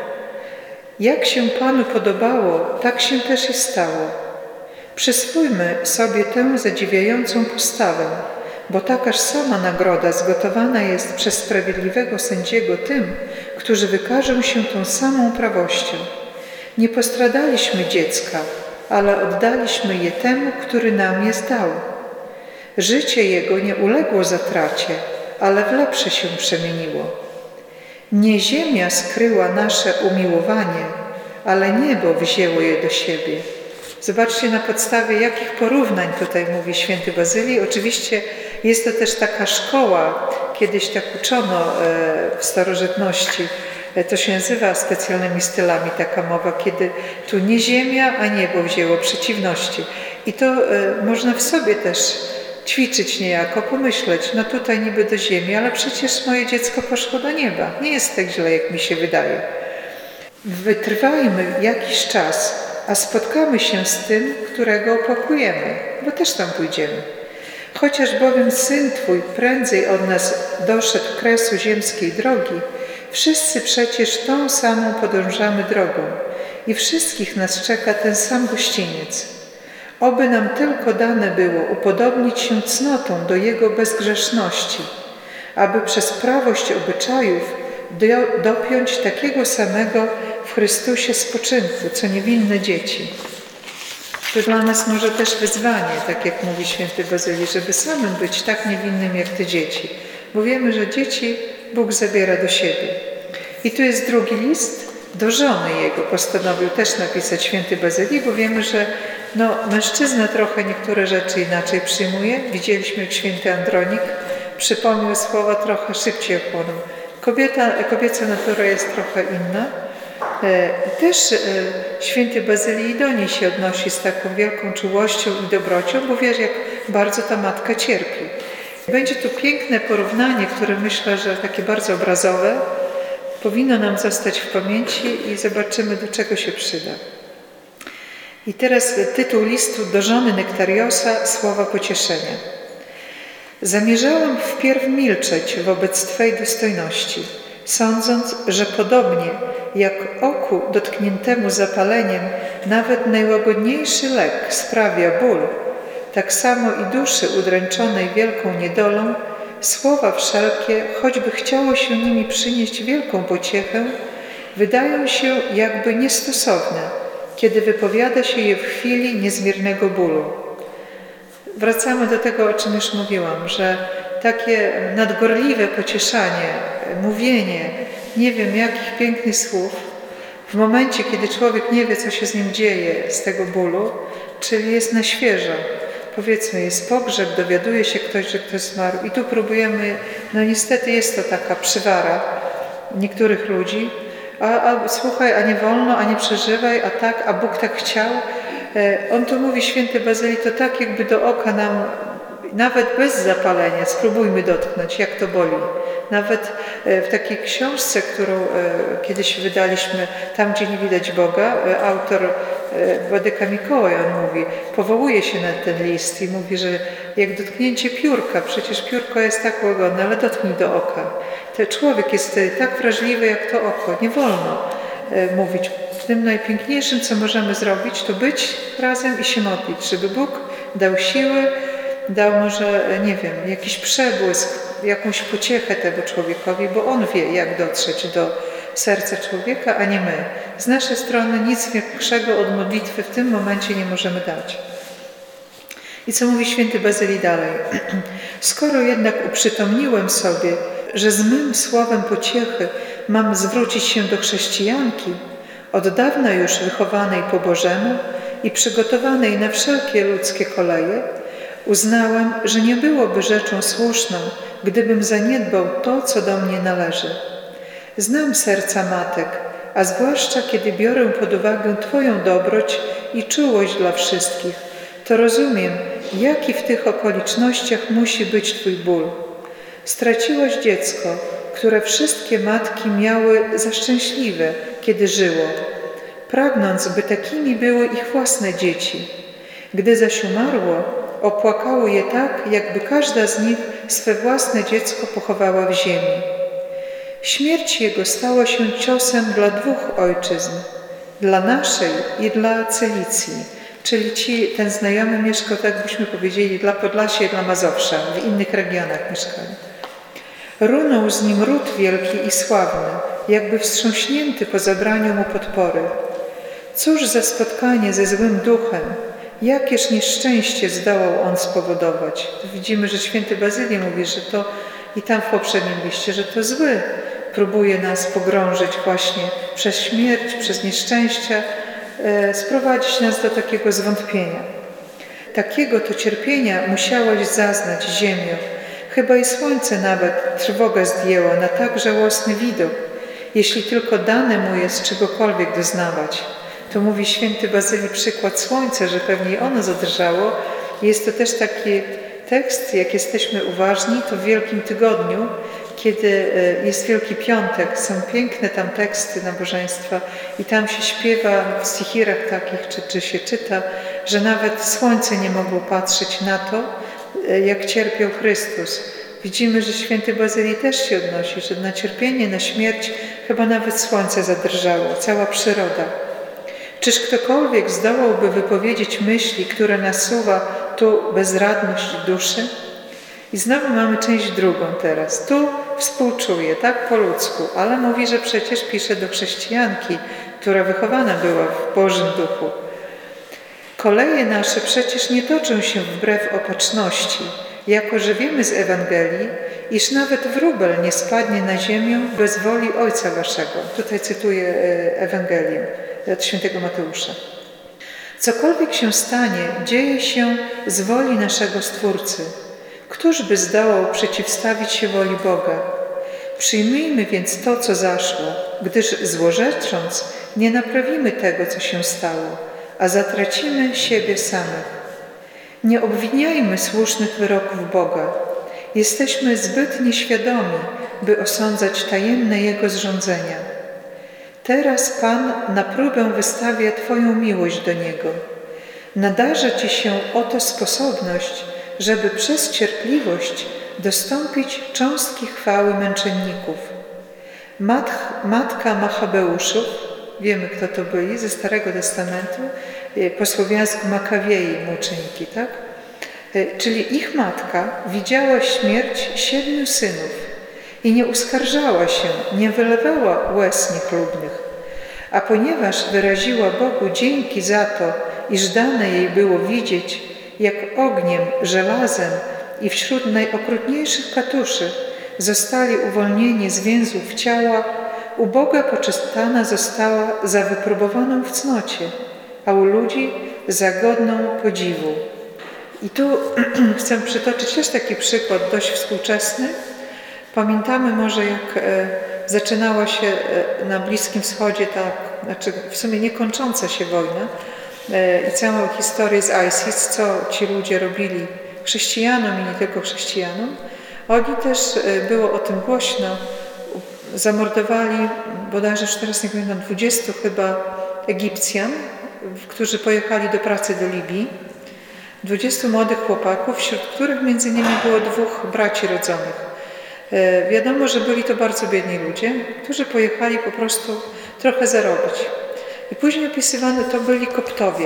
Jak się Panu podobało, tak się też i stało. Przyswójmy sobie tę zadziwiającą postawę, bo takaż sama nagroda zgotowana jest przez sprawiedliwego sędziego tym, którzy wykażą się tą samą prawością. Nie postradaliśmy dziecka, ale oddaliśmy je temu, który nam je dał. Życie jego nie uległo zatracie, ale w lepsze się przemieniło. Nie ziemia skryła nasze umiłowanie, ale niebo wzięło je do siebie. Zobaczcie, na podstawie jakich porównań tutaj mówi święty Bazylii. Oczywiście jest to też taka szkoła, kiedyś tak uczono w starożytności, To się nazywa specjalnymi stylami taka mowa, kiedy tu nie ziemia, a niebo wzięło przeciwności. I to y, można w sobie też ćwiczyć niejako, pomyśleć, no tutaj niby do ziemi, ale przecież moje dziecko poszło do nieba. Nie jest tak źle, jak mi się wydaje. Wytrwajmy jakiś czas, a spotkamy się z tym, którego opłakujemy, bo też tam pójdziemy. Chociaż bowiem Syn Twój prędzej od nas doszedł kresu ziemskiej drogi, wszyscy przecież tą samą podążamy drogą i wszystkich nas czeka ten sam gościniec. Oby nam tylko dane było upodobnić się cnotą do Jego bezgrzeszności, aby przez prawość obyczajów do, dopiąć takiego samego w Chrystusie spoczynku, co niewinne dzieci. To dla nas może też wyzwanie, tak jak mówi święty Bazylii, żeby samym być tak niewinnym jak te dzieci. Bo wiemy, że dzieci Bóg zabiera do siebie. I tu jest drugi list do żony jego. Postanowił też napisać święty Bazylii, bo wiemy, że no, mężczyzna trochę niektóre rzeczy inaczej przyjmuje. Widzieliśmy, jak święty Andronik przypomniał słowa, trochę szybciej ochłoną. Kobieta, kobieca natura jest trochę inna. Też święty Bazylii do niej się odnosi z taką wielką czułością i dobrocią, bo wiesz, jak bardzo ta matka cierpi. Będzie tu piękne porównanie, które myślę, że takie bardzo obrazowe, powinno nam zostać w pamięci i zobaczymy, do czego się przyda. I teraz tytuł listu do żony Nektariosa, słowa pocieszenia. Zamierzałam wpierw milczeć wobec Twej dostojności, sądząc, że podobnie jak oku dotkniętemu zapaleniem nawet najłagodniejszy lek sprawia ból, tak samo i duszy udręczonej wielką niedolą słowa wszelkie, choćby chciało się nimi przynieść wielką pociechę, wydają się jakby niestosowne, kiedy wypowiada się je w chwili niezmiernego bólu. Wracamy do tego, o czym już mówiłam, że takie nadgorliwe pocieszanie, mówienie, nie wiem jakich pięknych słów, w momencie, kiedy człowiek nie wie, co się z nim dzieje z tego bólu, czyli jest na świeżo. Powiedzmy, jest pogrzeb, dowiaduje się ktoś, że ktoś zmarł i tu próbujemy, no niestety jest to taka przywara niektórych ludzi, a, a słuchaj, a nie wolno, a nie przeżywaj, a tak, a Bóg tak chciał. On tu mówi, święty Bazylii, to tak jakby do oka nam, nawet bez zapalenia, spróbujmy dotknąć, jak to boli. Nawet w takiej książce, którą kiedyś wydaliśmy, Tam, gdzie nie widać Boga, autor Władyka Mikołaj, on mówi, powołuje się na ten list i mówi, że jak dotknięcie piórka, przecież piórko jest tak łagodne, ale dotknij do oka. Ten człowiek jest tak wrażliwy jak to oko, nie wolno mówić. Tym najpiękniejszym, co możemy zrobić, to być razem i się modlić, żeby Bóg dał siły, dał może, nie wiem, jakiś przebłysk, jakąś pociechę temu człowiekowi, bo On wie, jak dotrzeć do serca człowieka, a nie my. Z naszej strony nic większego od modlitwy w tym momencie nie możemy dać. I co mówi święty Bazylii dalej? Skoro jednak uprzytomniłem sobie, że z mym słowem pociechy mam zwrócić się do chrześcijanki, od dawna już wychowanej po Bożemu i przygotowanej na wszelkie ludzkie koleje, uznałem, że nie byłoby rzeczą słuszną, gdybym zaniedbał to, co do mnie należy. Znam serca matek, a zwłaszcza kiedy biorę pod uwagę Twoją dobroć i czułość dla wszystkich, to rozumiem, jaki w tych okolicznościach musi być Twój ból. Straciłaś dziecko, które wszystkie matki miały za szczęśliwe, kiedy żyło, pragnąc, by takimi były ich własne dzieci. Gdy zaś umarło, opłakały je tak, jakby każda z nich swe własne dziecko pochowała w ziemi. Śmierć jego stała się ciosem dla dwóch ojczyzn, dla naszej i dla Celicji, czyli ci, ten znajomy mieszkał, tak byśmy powiedzieli, dla Podlasia i dla Mazowsza, w innych regionach mieszkali. Runął z nim ród wielki i sławny, jakby wstrząśnięty po zabraniu mu podpory. Cóż za spotkanie ze złym duchem, jakież nieszczęście zdołał on spowodować. Widzimy, że święty Bazylii mówi, że to i tam w poprzednim liście, że to zły próbuje nas pogrążyć właśnie przez śmierć, przez nieszczęścia, e, sprowadzić nas do takiego zwątpienia. Takiego to cierpienia musiałaś zaznać, ziemio. Chyba i słońce nawet trwogę zdjęło na tak żałosny widok jeśli tylko dane mu jest czegokolwiek doznawać. To mówi święty Bazyli przykład słońca, że pewnie ono zadrżało. Jest to też taki tekst, jak jesteśmy uważni, to w Wielkim Tygodniu, kiedy jest Wielki Piątek, są piękne tam teksty nabożeństwa i tam się śpiewa w stichirach takich, czy, czy się czyta, że nawet słońce nie mogło patrzeć na to, jak cierpiał Chrystus. Widzimy, że święty Bazyli też się odnosi, że na cierpienie, na śmierć chyba nawet słońce zadrżało, cała przyroda. Czyż ktokolwiek zdołałby wypowiedzieć myśli, które nasuwa tu bezradność duszy? I znowu mamy część drugą teraz. Tu współczuje, tak po ludzku, ale mówi, że przecież pisze do chrześcijanki, która wychowana była w Bożym Duchu. Koleje nasze przecież nie toczą się wbrew opatrzności, jako że wiemy z Ewangelii, iż nawet wróbel nie spadnie na ziemię bez woli Ojca Waszego. Tutaj cytuję Ewangelię od świętego Mateusza. Cokolwiek się stanie, dzieje się z woli naszego Stwórcy. Któż by zdołał przeciwstawić się woli Boga? Przyjmijmy więc to, co zaszło, gdyż złorzecząc nie naprawimy tego, co się stało, a zatracimy siebie samych. Nie obwiniajmy słusznych wyroków Boga. Jesteśmy zbyt nieświadomi, by osądzać tajemne Jego zrządzenia. Teraz Pan na próbę wystawia Twoją miłość do Niego. Nadarza Ci się oto sposobność, żeby przez cierpliwość dostąpić cząstki chwały męczenników. Mat, matka Machabeuszów, wiemy kto to byli ze Starego Testamentu, po słowiańsku Makawiei, muczeniki, tak? Czyli ich matka widziała śmierć siedmiu synów i nie uskarżała się, nie wylewała łez niechlubnych. A ponieważ wyraziła Bogu dzięki za to, iż dane jej było widzieć, jak ogniem, żelazem i wśród najokrutniejszych katuszy zostali uwolnieni z więzów ciała, u Boga poczytana została za wypróbowaną w cnocie, a u ludzi za godną podziwu. I tu chcę przytoczyć też taki przykład dość współczesny. Pamiętamy może, jak zaczynała się na Bliskim Wschodzie ta, znaczy w sumie niekończąca się wojna i całą historię z ISIS, co ci ludzie robili chrześcijanom i nie tylko chrześcijanom. Oni też, było o tym głośno, zamordowali bodajże już teraz nie pamiętam, dwudziestu chyba Egipcjan, którzy pojechali do pracy do Libii. dwudziestu młodych chłopaków, wśród których między innymi było dwóch braci rodzonych. E, wiadomo, że byli to bardzo biedni ludzie, którzy pojechali po prostu trochę zarobić. I później opisywano, to byli Koptowie.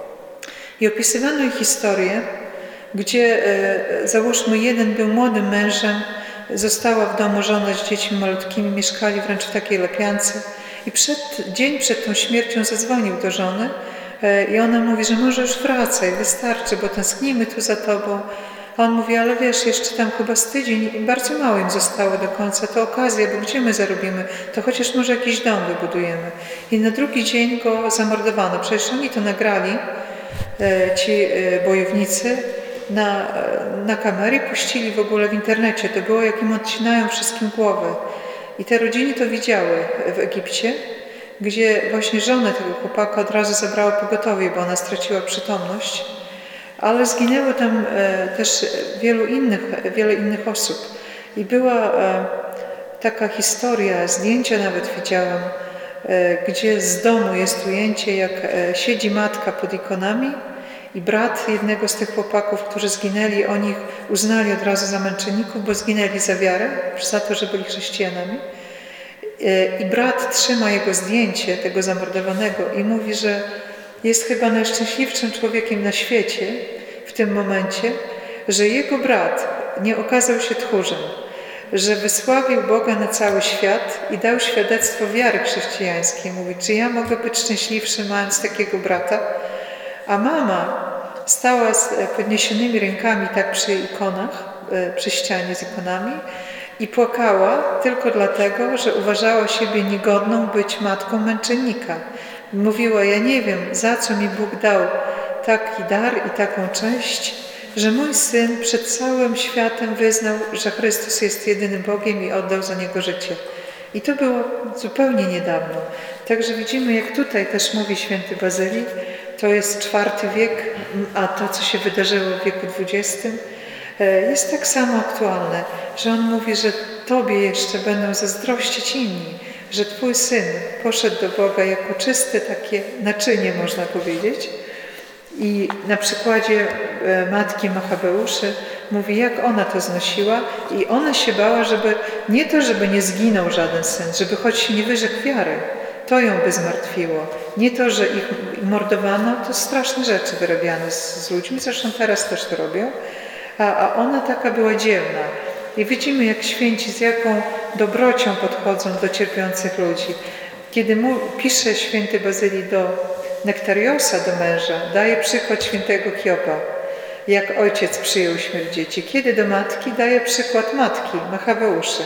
I opisywano ich historię, gdzie e, załóżmy jeden był młodym mężem, została w domu żona z dziećmi malutkimi, mieszkali wręcz w takiej lepiance i przed, dzień przed tą śmiercią zadzwonił do żony e, i ona mówi, że może już wracaj, wystarczy, bo tęsknimy tu za tobą. A on mówi, ale wiesz, jeszcze tam chyba z tydzień i bardzo mało im zostało do końca, to okazja, bo gdzie my zarobimy, to chociaż może jakiś dom wybudujemy. I na drugi dzień go zamordowano. Przecież oni to nagrali, e, ci e, bojownicy, na, na kamery, puścili w ogóle w internecie. To było, jak im odcinają wszystkim głowę. I te rodziny to widziały w Egipcie, gdzie właśnie żonę tego chłopaka od razu zabrało pogotowie, bo ona straciła przytomność. Ale zginęło tam e, też wielu innych, wiele innych osób. I była e, taka historia, zdjęcia nawet widziałam, e, gdzie z domu jest ujęcie, jak e, siedzi matka pod ikonami i brat jednego z tych chłopaków, którzy zginęli, oni ich uznali od razu za męczenników, bo zginęli za wiarę, za to, że byli chrześcijanami. E, I brat trzyma jego zdjęcie, tego zamordowanego i mówi, że jest chyba najszczęśliwszym człowiekiem na świecie w tym momencie, że jego brat nie okazał się tchórzem, że wysławił Boga na cały świat i dał świadectwo wiary chrześcijańskiej. Mówi, czy ja mogę być szczęśliwszy, mając takiego brata? A mama stała z podniesionymi rękami tak przy ikonach, przy ścianie z ikonami i płakała tylko dlatego, że uważała siebie niegodną być matką męczennika. Mówiła, ja nie wiem, za co mi Bóg dał taki dar i taką cześć, że mój syn przed całym światem wyznał, że Chrystus jest jedynym Bogiem i oddał za niego życie. I to było zupełnie niedawno. Także widzimy, jak tutaj też mówi święty Bazylii, to jest czwarty wiek, a to, co się wydarzyło w wieku dwudziestym, jest tak samo aktualne, że on mówi, że Tobie jeszcze będą zazdrościć inni, że Twój Syn poszedł do Boga jako czyste takie naczynie, można powiedzieć. I na przykładzie matki Machabeuszy mówi, jak ona to znosiła i ona się bała, żeby nie to, żeby nie zginął żaden syn, żeby choć się nie wyrzekł wiary, to ją by zmartwiło. Nie to, że ich mordowano, to straszne rzeczy wyrabiane z, z ludźmi, zresztą teraz też to robią, a, a ona taka była dzielna. I widzimy, jak święci z jaką dobrocią podchodzą do cierpiących ludzi. Kiedy mu, pisze święty Bazylii do Nektariosa, do męża, daje przykład świętego Kiopa, jak ojciec przyjął śmierć dzieci. Kiedy do matki, daje przykład matki, Machabeuszy.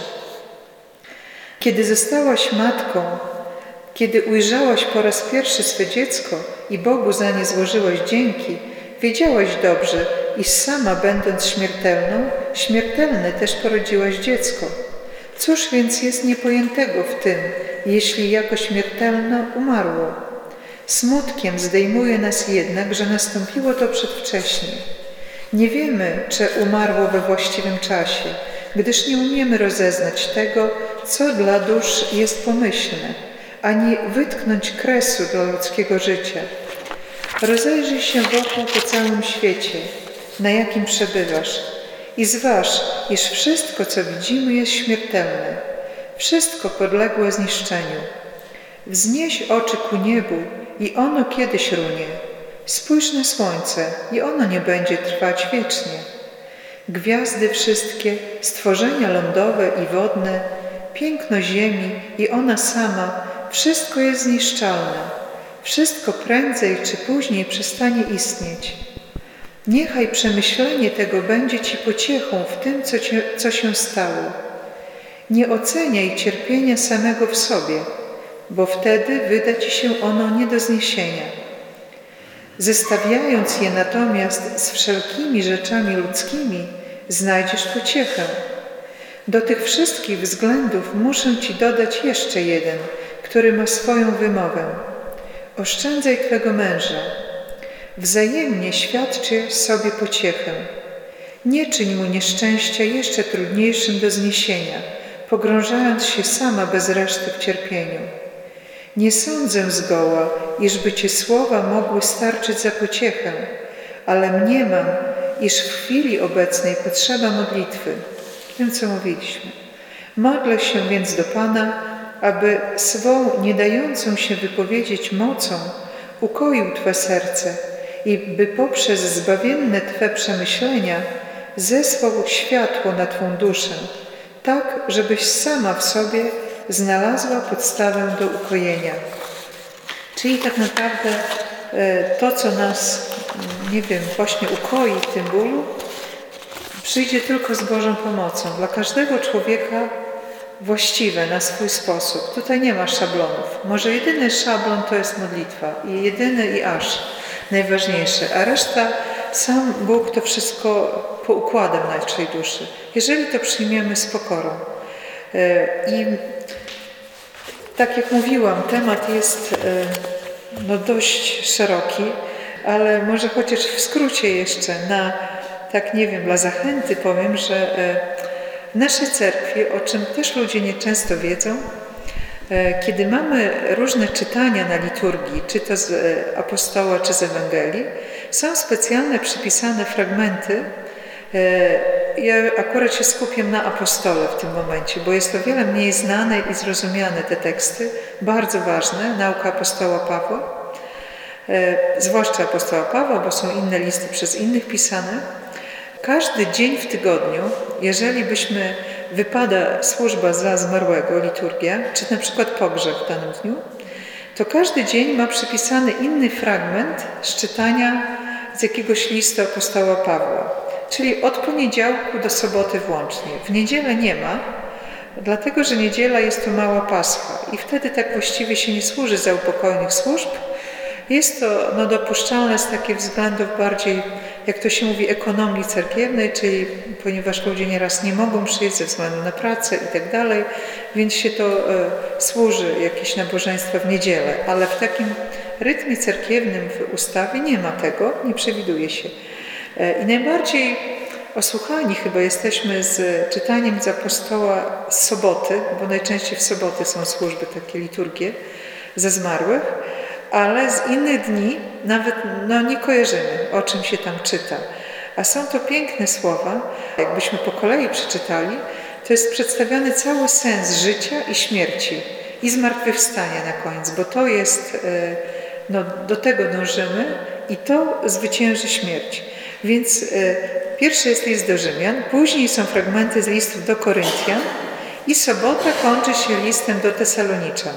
Kiedy zostałaś matką, kiedy ujrzałaś po raz pierwszy swe dziecko i Bogu za nie złożyłaś dzięki, wiedziałaś dobrze, iż sama będąc śmiertelną, śmiertelne też porodziłaś dziecko. Cóż więc jest niepojętego w tym, jeśli jako śmiertelne umarło? Smutkiem zdejmuje nas jednak, że nastąpiło to przedwcześnie. Nie wiemy, czy umarło we właściwym czasie, gdyż nie umiemy rozeznać tego, co dla dusz jest pomyślne, ani wytknąć kresu dla ludzkiego życia. Rozejrzyj się wokół po całym świecie, na jakim przebywasz, i zważ, iż wszystko, co widzimy, jest śmiertelne, wszystko podległe zniszczeniu. Wznieś oczy ku niebu i ono kiedyś runie. Spójrz na słońce i ono nie będzie trwać wiecznie. Gwiazdy wszystkie, stworzenia lądowe i wodne, piękno ziemi i ona sama, wszystko jest zniszczalne. Wszystko prędzej czy później przestanie istnieć. Niechaj przemyślenie tego będzie Ci pociechą w tym, co, cię, co się stało. Nie oceniaj cierpienia samego w sobie, bo wtedy wyda Ci się ono nie do zniesienia. Zestawiając je natomiast z wszelkimi rzeczami ludzkimi, znajdziesz pociechę. Do tych wszystkich względów muszę Ci dodać jeszcze jeden, który ma swoją wymowę. Oszczędzaj Twego męża. Wzajemnie świadczy sobie pociechę. Nie czyń mu nieszczęścia jeszcze trudniejszym do zniesienia, pogrążając się sama bez reszty w cierpieniu. Nie sądzę zgoła, iżby Cię słowa mogły starczyć za pociechę, ale mniemam, iż w chwili obecnej potrzeba modlitwy. Tym, co mówiliśmy. Modlę się więc do Pana, aby swą nie dającą się wypowiedzieć mocą ukoił Twe serce i by poprzez zbawienne Twe przemyślenia zesłał światło na Twą duszę, tak, żebyś sama w sobie znalazła podstawę do ukojenia. Czyli tak naprawdę to, co nas, nie wiem, właśnie ukoi w tym bólu, przyjdzie tylko z Bożą pomocą. Dla każdego człowieka właściwe na swój sposób. Tutaj nie ma szablonów. Może jedyny szablon to jest modlitwa. I jedyny i aż najważniejsze. A reszta, sam Bóg to wszystko poukłada w naszej duszy. Jeżeli to przyjmiemy z pokorą. I tak jak mówiłam, temat jest no, dość szeroki, ale może chociaż w skrócie jeszcze na, tak nie wiem, dla zachęty powiem, że w naszej cerkwi, o czym też ludzie nieczęsto wiedzą, kiedy mamy różne czytania na liturgii, czy to z apostoła, czy z Ewangelii, są specjalne przypisane fragmenty. Ja akurat się skupiam na apostole w tym momencie, bo jest to wiele mniej znane i zrozumiane te teksty, bardzo ważne, nauka apostoła Pawła, zwłaszcza apostoła Pawła, bo są inne listy przez innych pisane. Każdy dzień w tygodniu, jeżeli byśmy, wypada służba za zmarłego, liturgia, czy na przykład pogrzeb w danym dniu, to każdy dzień ma przypisany inny fragment z czytania z jakiegoś listu apostoła Pawła. Czyli od poniedziałku do soboty włącznie. W niedzielę nie ma, dlatego że niedziela jest to mała Pascha i wtedy tak właściwie się nie służy zaupokojnych służb Jest to no, dopuszczalne z takich względów bardziej, jak to się mówi, ekonomii cerkiewnej, czyli ponieważ ludzie nieraz nie mogą przyjść ze względu na pracę i tak dalej, więc się to e, służy jakieś nabożeństwa w niedzielę, ale w takim rytmie cerkiewnym w ustawie nie ma tego, nie przewiduje się. E, I najbardziej osłuchani chyba jesteśmy z czytaniem z apostoła z soboty, bo najczęściej w soboty są służby, takie liturgie ze zmarłych, ale z innych dni nawet no, nie kojarzymy, o czym się tam czyta. A są to piękne słowa, jakbyśmy po kolei przeczytali, to jest przedstawiony cały sens życia i śmierci i zmartwychwstania na koniec, bo to jest, no, do tego dążymy i to zwycięży śmierć. Więc pierwszy jest list do Rzymian, później są fragmenty z listów do Koryntian i sobota kończy się listem do Tesaloniczan.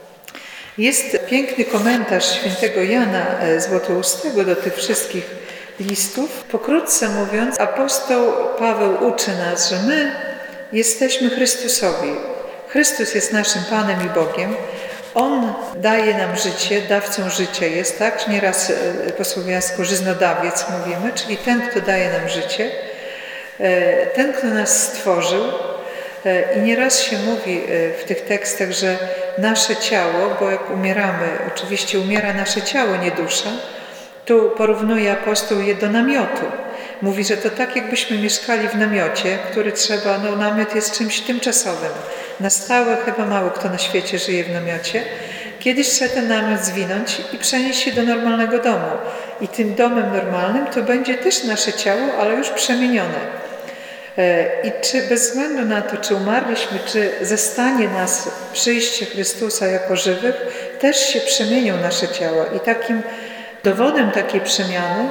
Jest piękny komentarz świętego Jana Złotoustego do tych wszystkich listów. Pokrótce mówiąc, apostoł Paweł uczy nas, że my jesteśmy Chrystusowi. Chrystus jest naszym Panem i Bogiem. On daje nam życie, dawcą życia jest, tak? Nieraz po słowiańsku żyznodawiec mówimy, czyli ten, kto daje nam życie, ten, kto nas stworzył. I nieraz się mówi w tych tekstach, że nasze ciało, bo jak umieramy, oczywiście umiera nasze ciało, nie dusza, tu porównuje apostoł je do namiotu. Mówi, że to tak jakbyśmy mieszkali w namiocie, który trzeba, no namiot jest czymś tymczasowym. Na stałe chyba mało kto na świecie żyje w namiocie. Kiedyś trzeba ten namiot zwinąć i przenieść się do normalnego domu. I tym domem normalnym to będzie też nasze ciało, ale już przemienione. I czy bez względu na to, czy umarliśmy, czy zastanie nas przyjście Chrystusa jako żywych, też się przemienią nasze ciała. I takim dowodem takiej przemiany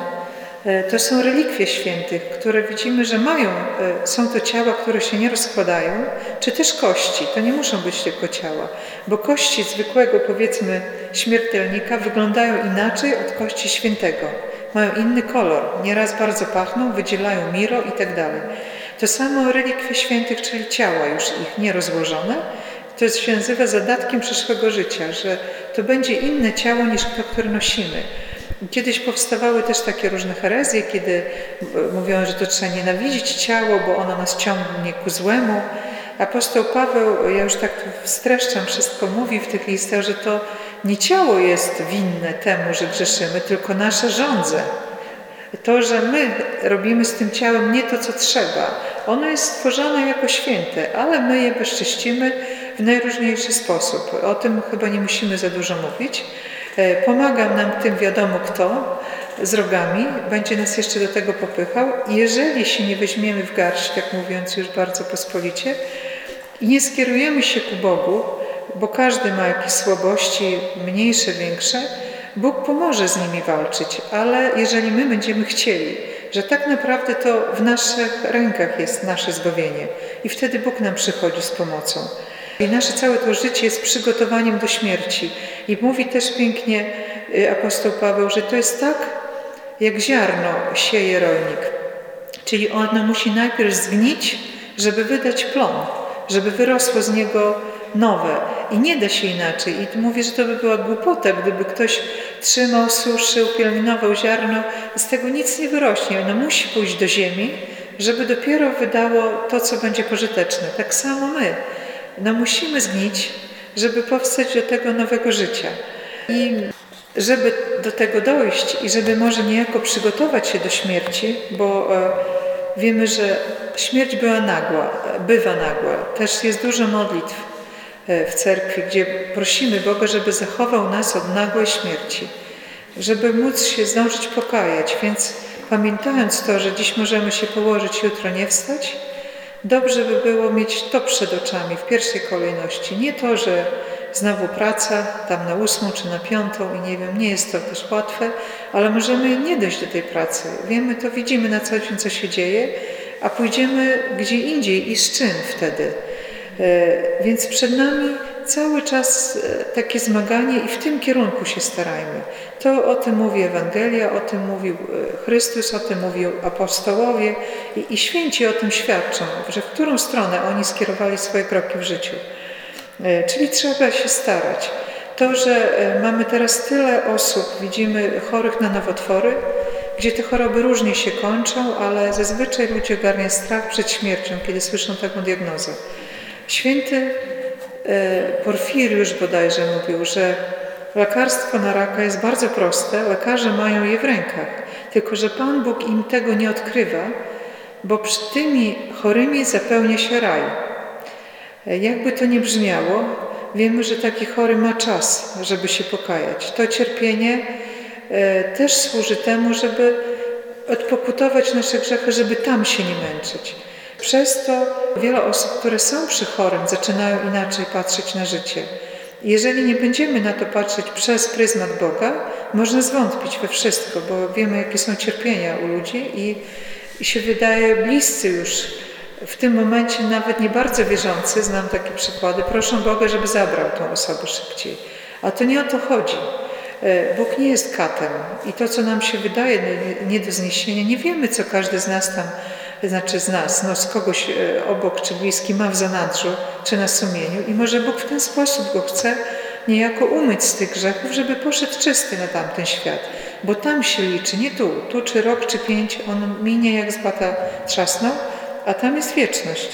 to są relikwie świętych, które widzimy, że mają, są to ciała, które się nie rozkładają, czy też kości. To nie muszą być tylko ciała, bo kości zwykłego, powiedzmy, śmiertelnika wyglądają inaczej od kości świętego. Mają inny kolor, nieraz bardzo pachną, wydzielają miro i tak dalej. To samo relikwie świętych, czyli ciała już ich nierozłożone, to się nazywa zadatkiem przyszłego życia, że to będzie inne ciało niż to, które nosimy. Kiedyś powstawały też takie różne herezje, kiedy mówiono, że to trzeba nienawidzić ciało, bo ono nas ciągnie ku złemu. Apostoł Paweł, ja już tak streszczam, wszystko mówi w tych listach, że to nie ciało jest winne temu, że grzeszymy, tylko nasze żądze. To, że my robimy z tym ciałem nie to, co trzeba. Ono jest stworzone jako święte, ale my je bezcześcimy w najróżniejszy sposób. O tym chyba nie musimy za dużo mówić. Pomaga nam tym wiadomo kto z rogami, będzie nas jeszcze do tego popychał. Jeżeli się nie weźmiemy w garść, tak mówiąc już bardzo pospolicie, i nie skierujemy się ku Bogu, bo każdy ma jakieś słabości, mniejsze, większe, Bóg pomoże z nimi walczyć, ale jeżeli my będziemy chcieli, że tak naprawdę to w naszych rękach jest nasze zbawienie i wtedy Bóg nam przychodzi z pomocą. I nasze całe to życie jest przygotowaniem do śmierci. I mówi też pięknie apostoł Paweł, że to jest tak, jak ziarno sieje rolnik. Czyli ono musi najpierw zgnić, żeby wydać plon, żeby wyrosło z niego nowe. I nie da się inaczej. I mówię, że to by była głupota, gdyby ktoś trzymał, suszył, pielęgnował ziarno, z tego nic nie wyrośnie. Ono musi pójść do ziemi, żeby dopiero wydało to, co będzie pożyteczne. Tak samo my. No musimy zgnić, żeby powstać do tego nowego życia. I żeby do tego dojść i żeby może niejako przygotować się do śmierci, bo e, wiemy, że śmierć była nagła, bywa nagła. Też jest dużo modlitw w cerkwi, gdzie prosimy Boga, żeby zachował nas od nagłej śmierci, żeby móc się zdążyć pokajać. Więc pamiętając to, że dziś możemy się położyć, jutro nie wstać, dobrze by było mieć to przed oczami w pierwszej kolejności. Nie to, że znowu praca tam na ósmą czy na piątą i nie wiem, nie jest to też łatwe, ale możemy nie dojść do tej pracy. Wiemy to, widzimy na co dzień, co się dzieje, a pójdziemy gdzie indziej i z czym wtedy. Więc przed nami cały czas takie zmaganie i w tym kierunku się starajmy. To o tym mówi Ewangelia, o tym mówił Chrystus, o tym mówił apostołowie i, i święci o tym świadczą, że w którą stronę oni skierowali swoje kroki w życiu. Czyli trzeba się starać. To, że mamy teraz tyle osób, widzimy chorych na nowotwory, gdzie te choroby różnie się kończą, ale zazwyczaj ludzie ogarnia strach przed śmiercią, kiedy słyszą taką diagnozę. Święty Porfiriusz bodajże mówił, że lekarstwo na raka jest bardzo proste, lekarze mają je w rękach, tylko że Pan Bóg im tego nie odkrywa, bo przy tymi chorymi zapełnia się raj. Jakby to nie brzmiało, wiemy, że taki chory ma czas, żeby się pokajać. To cierpienie też służy temu, żeby odpokutować nasze grzechy, żeby tam się nie męczyć. Przez to wiele osób, które są przy chorym, zaczynają inaczej patrzeć na życie. Jeżeli nie będziemy na to patrzeć przez pryzmat Boga, można zwątpić we wszystko, bo wiemy, jakie są cierpienia u ludzi i, i się wydaje bliscy już w tym momencie, nawet nie bardzo wierzący, znam takie przykłady, proszą Boga, żeby zabrał tą osobę szybciej. A to nie o to chodzi. Bóg nie jest katem i to, co nam się wydaje nie do zniesienia, nie wiemy, co każdy z nas tam, znaczy z nas, no z kogoś obok czy bliski ma w zanadrzu czy na sumieniu i może Bóg w ten sposób go chce niejako umyć z tych grzechów, żeby poszedł czysty na tamten świat, bo tam się liczy, nie tu, tu czy rok czy pięć, on minie jak z bata trzasnął, a tam jest wieczność.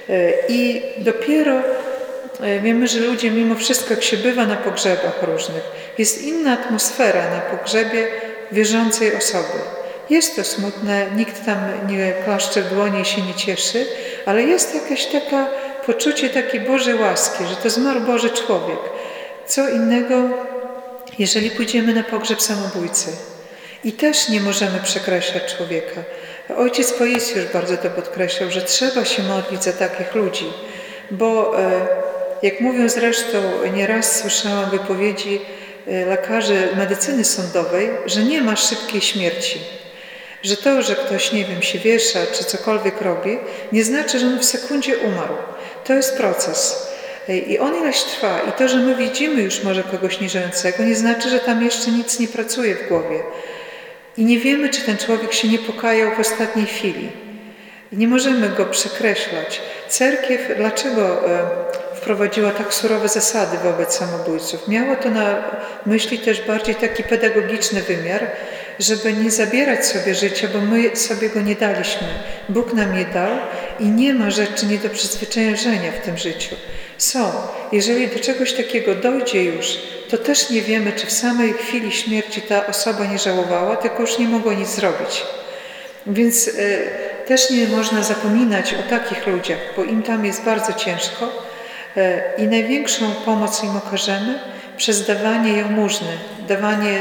I dopiero wiemy, że ludzie mimo wszystko, jak się bywa na pogrzebach różnych, jest inna atmosfera na pogrzebie wierzącej osoby. Jest to smutne, nikt tam nie klaszcze w dłonie i się nie cieszy, ale jest jakaś taka poczucie takiej Bożej łaski, że to zmarł Boży człowiek. Co innego, jeżeli pójdziemy na pogrzeb samobójcy. I też nie możemy przekreślać człowieka. Ojciec Paisiusz bardzo to podkreślał, że trzeba się modlić za takich ludzi, bo jak mówią zresztą, nieraz słyszałam wypowiedzi lekarzy medycyny sądowej, że nie ma szybkiej śmierci. Że to, że ktoś, nie wiem, się wiesza czy cokolwiek robi, nie znaczy, że on w sekundzie umarł. To jest proces. I on ileś trwa. I to, że my widzimy już może kogoś nieżyjącego, nie znaczy, że tam jeszcze nic nie pracuje w głowie. I nie wiemy, czy ten człowiek się nie pokajał w ostatniej chwili. Nie możemy go przekreślać. Cerkiew, dlaczego wprowadziła tak surowe zasady wobec samobójców? Miało to na myśli też bardziej taki pedagogiczny wymiar, żeby nie zabierać sobie życia, bo my sobie go nie daliśmy. Bóg nam je dał i nie ma rzeczy nie do przezwyciężenia w tym życiu. Są. Jeżeli do czegoś takiego dojdzie już, to też nie wiemy, czy w samej chwili śmierci ta osoba nie żałowała, tylko już nie mogła nic zrobić. Więc y, też nie można zapominać o takich ludziach, bo im tam jest bardzo ciężko y, i największą pomoc im okażemy przez dawanie jałmużny, dawanie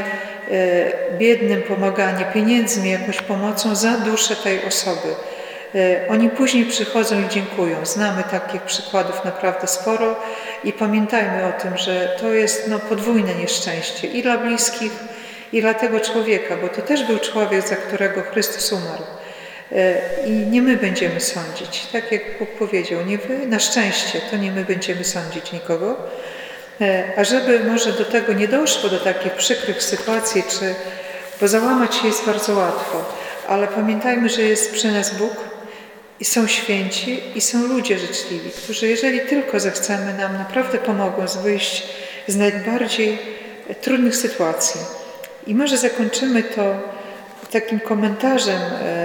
y, biednym, pomaganie pieniędzmi, jakąś pomocą za duszę tej osoby. Y, oni później przychodzą i dziękują. Znamy takich przykładów naprawdę sporo i pamiętajmy o tym, że to jest no, podwójne nieszczęście i dla bliskich, i dla tego człowieka, bo to też był człowiek, za którego Chrystus umarł. I nie my będziemy sądzić, tak jak Bóg powiedział, nie wy, na szczęście, to nie my będziemy sądzić nikogo. A żeby może do tego nie doszło, do takich przykrych sytuacji, czy, bo załamać się jest bardzo łatwo, ale pamiętajmy, że jest przy nas Bóg i są święci i są ludzie życzliwi, którzy jeżeli tylko zechcemy, nam naprawdę pomogą wyjść z najbardziej trudnych sytuacji. I może zakończymy to takim komentarzem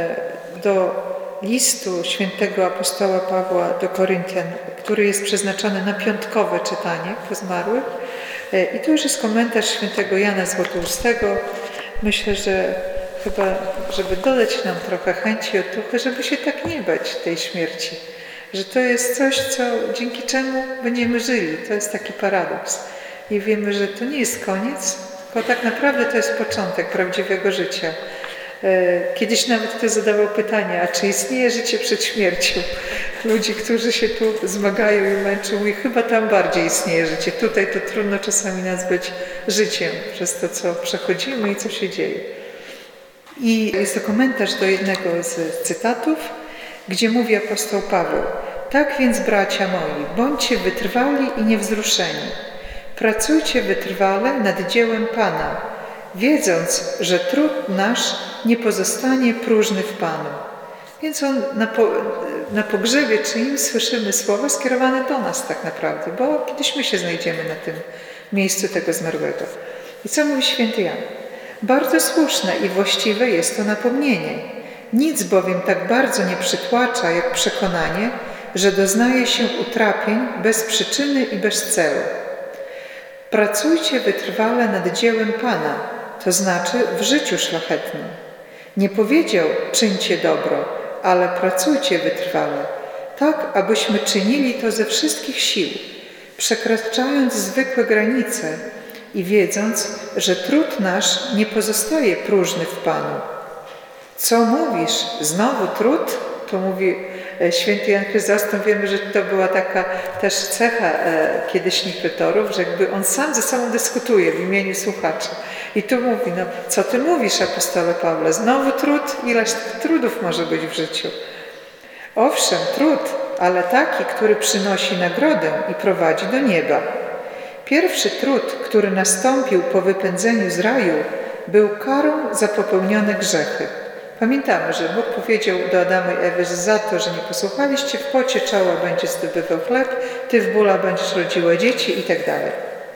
do listu świętego apostoła Pawła do Koryntian, który jest przeznaczony na piątkowe czytanie po zmarłych. I to już jest komentarz świętego Jana Złotoustego. Myślę, że chyba, żeby dodać nam trochę chęci i otuchy, żeby się tak nie bać tej śmierci. Że to jest coś, co, dzięki czemu będziemy żyli. To jest taki paradoks. I wiemy, że to nie jest koniec, tylko tak naprawdę to jest początek prawdziwego życia. Kiedyś nawet ktoś zadawał pytanie, a czy istnieje życie przed śmiercią? Ludzi, którzy się tu zmagają i męczą, i chyba tam bardziej istnieje życie. Tutaj to trudno czasami nazwać życiem przez to, co przechodzimy i co się dzieje. I jest to komentarz do jednego z cytatów, gdzie mówi apostoł Paweł: tak więc, bracia moi, bądźcie wytrwali i niewzruszeni. Pracujcie wytrwale nad dziełem Pana, wiedząc, że trud nasz nie pozostanie próżny w Panu. Więc on na, po, na pogrzebie czyimś słyszymy słowa skierowane do nas tak naprawdę, bo kiedyś my się znajdziemy na tym w miejscu tego zmarłego. I co mówi święty Jan? Bardzo słuszne i właściwe jest to napomnienie. Nic bowiem tak bardzo nie przytłacza, jak przekonanie, że doznaje się utrapień bez przyczyny i bez celu. Pracujcie wytrwale nad dziełem Pana, to znaczy w życiu szlachetnym. Nie powiedział, czyńcie dobro, ale pracujcie wytrwale, tak abyśmy czynili to ze wszystkich sił, przekraczając zwykłe granice i wiedząc, że trud nasz nie pozostaje próżny w Panu. Co mówisz? Znowu trud? To mówi święty Jan Chryzostom. Wiemy, że to była taka też cecha e, kiedyśnych retorów, że jakby on sam ze sobą dyskutuje w imieniu słuchaczy. I tu mówi, no co ty mówisz, apostole Pawle? Znowu trud? Ileż tych trudów może być w życiu? Owszem, trud, ale taki, który przynosi nagrodę i prowadzi do nieba. Pierwszy trud, który nastąpił po wypędzeniu z raju, był karą za popełnione grzechy. Pamiętamy, że Bóg powiedział do Adama i Ewy, że za to, że nie posłuchaliście, w pocie czoła będziesz zdobywał chleb, ty w bóla będziesz rodziła dzieci i tak dalej.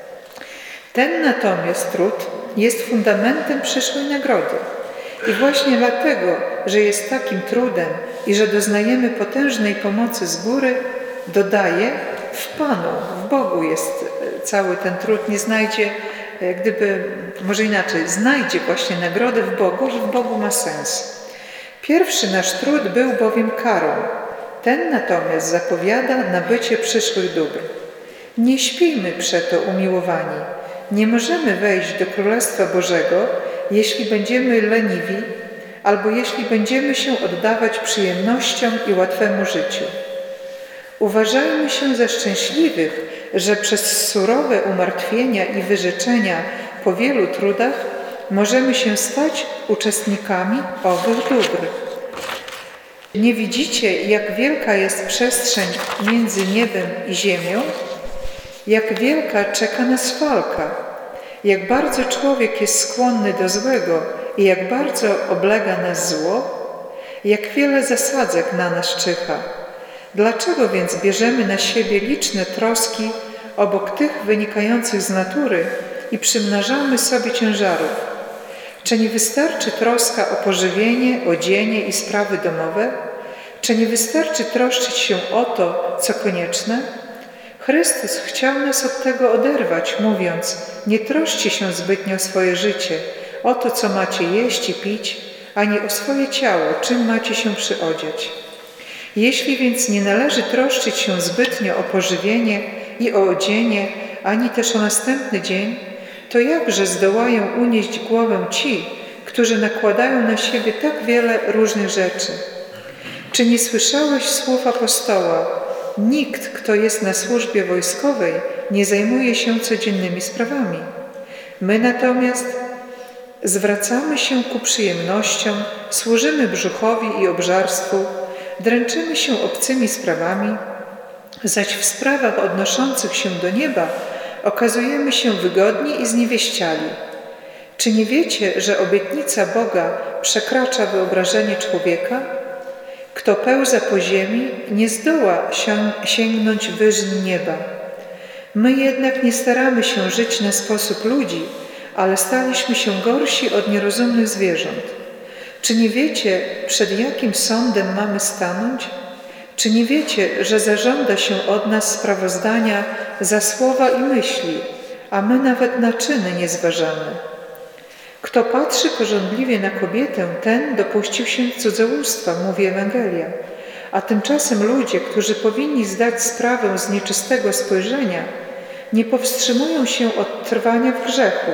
Ten natomiast trud jest fundamentem przyszłej nagrody. I właśnie dlatego, że jest takim trudem i że doznajemy potężnej pomocy z góry, dodaje, w Panu, w Bogu jest cały ten trud, nie znajdzie, gdyby, może inaczej, znajdzie właśnie nagrodę w Bogu, że w Bogu ma sens. Pierwszy nasz trud był bowiem karą, ten natomiast zapowiada nabycie przyszłych dóbr. Nie śpijmy przeto, umiłowani, nie możemy wejść do Królestwa Bożego, jeśli będziemy leniwi, albo jeśli będziemy się oddawać przyjemnościom i łatwemu życiu. Uważajmy się za szczęśliwych, że przez surowe umartwienia i wyrzeczenia po wielu trudach możemy się stać uczestnikami owych dóbr. Nie widzicie, jak wielka jest przestrzeń między niebem i ziemią? Jak wielka czeka nas walka? Jak bardzo człowiek jest skłonny do złego i jak bardzo oblega nas zło? Jak wiele zasadzek na nas czyha? Dlaczego więc bierzemy na siebie liczne troski obok tych wynikających z natury i przymnażamy sobie ciężarów? Czy nie wystarczy troska o pożywienie, odzienie i sprawy domowe? Czy nie wystarczy troszczyć się o to, co konieczne? Chrystus chciał nas od tego oderwać, mówiąc: nie troszcie się zbytnio o swoje życie, o to, co macie jeść i pić, ani o swoje ciało, czym macie się przyodziać. Jeśli więc nie należy troszczyć się zbytnio o pożywienie i o odzienie, ani też o następny dzień, to jakże zdołają unieść głowę ci, którzy nakładają na siebie tak wiele różnych rzeczy? Czy nie słyszałeś słów apostoła: nikt, kto jest na służbie wojskowej, nie zajmuje się codziennymi sprawami. My natomiast zwracamy się ku przyjemnościom, służymy brzuchowi i obżarstwu, dręczymy się obcymi sprawami, zaś w sprawach odnoszących się do nieba okazujemy się wygodni i zniewieściali. Czy nie wiecie, że obietnica Boga przekracza wyobrażenie człowieka? Kto pełza po ziemi, nie zdoła sięgnąć wyżyn nieba. My jednak nie staramy się żyć na sposób ludzi, ale staliśmy się gorsi od nierozumnych zwierząt. Czy nie wiecie, przed jakim sądem mamy stanąć? Czy nie wiecie, że zażąda się od nas sprawozdania za słowa i myśli, a my nawet na czyny nie zważamy? Kto patrzy pożądliwie na kobietę, ten dopuścił się cudzołóstwa, mówi Ewangelia. A tymczasem ludzie, którzy powinni zdać sprawę z nieczystego spojrzenia, nie powstrzymują się od trwania w grzechu.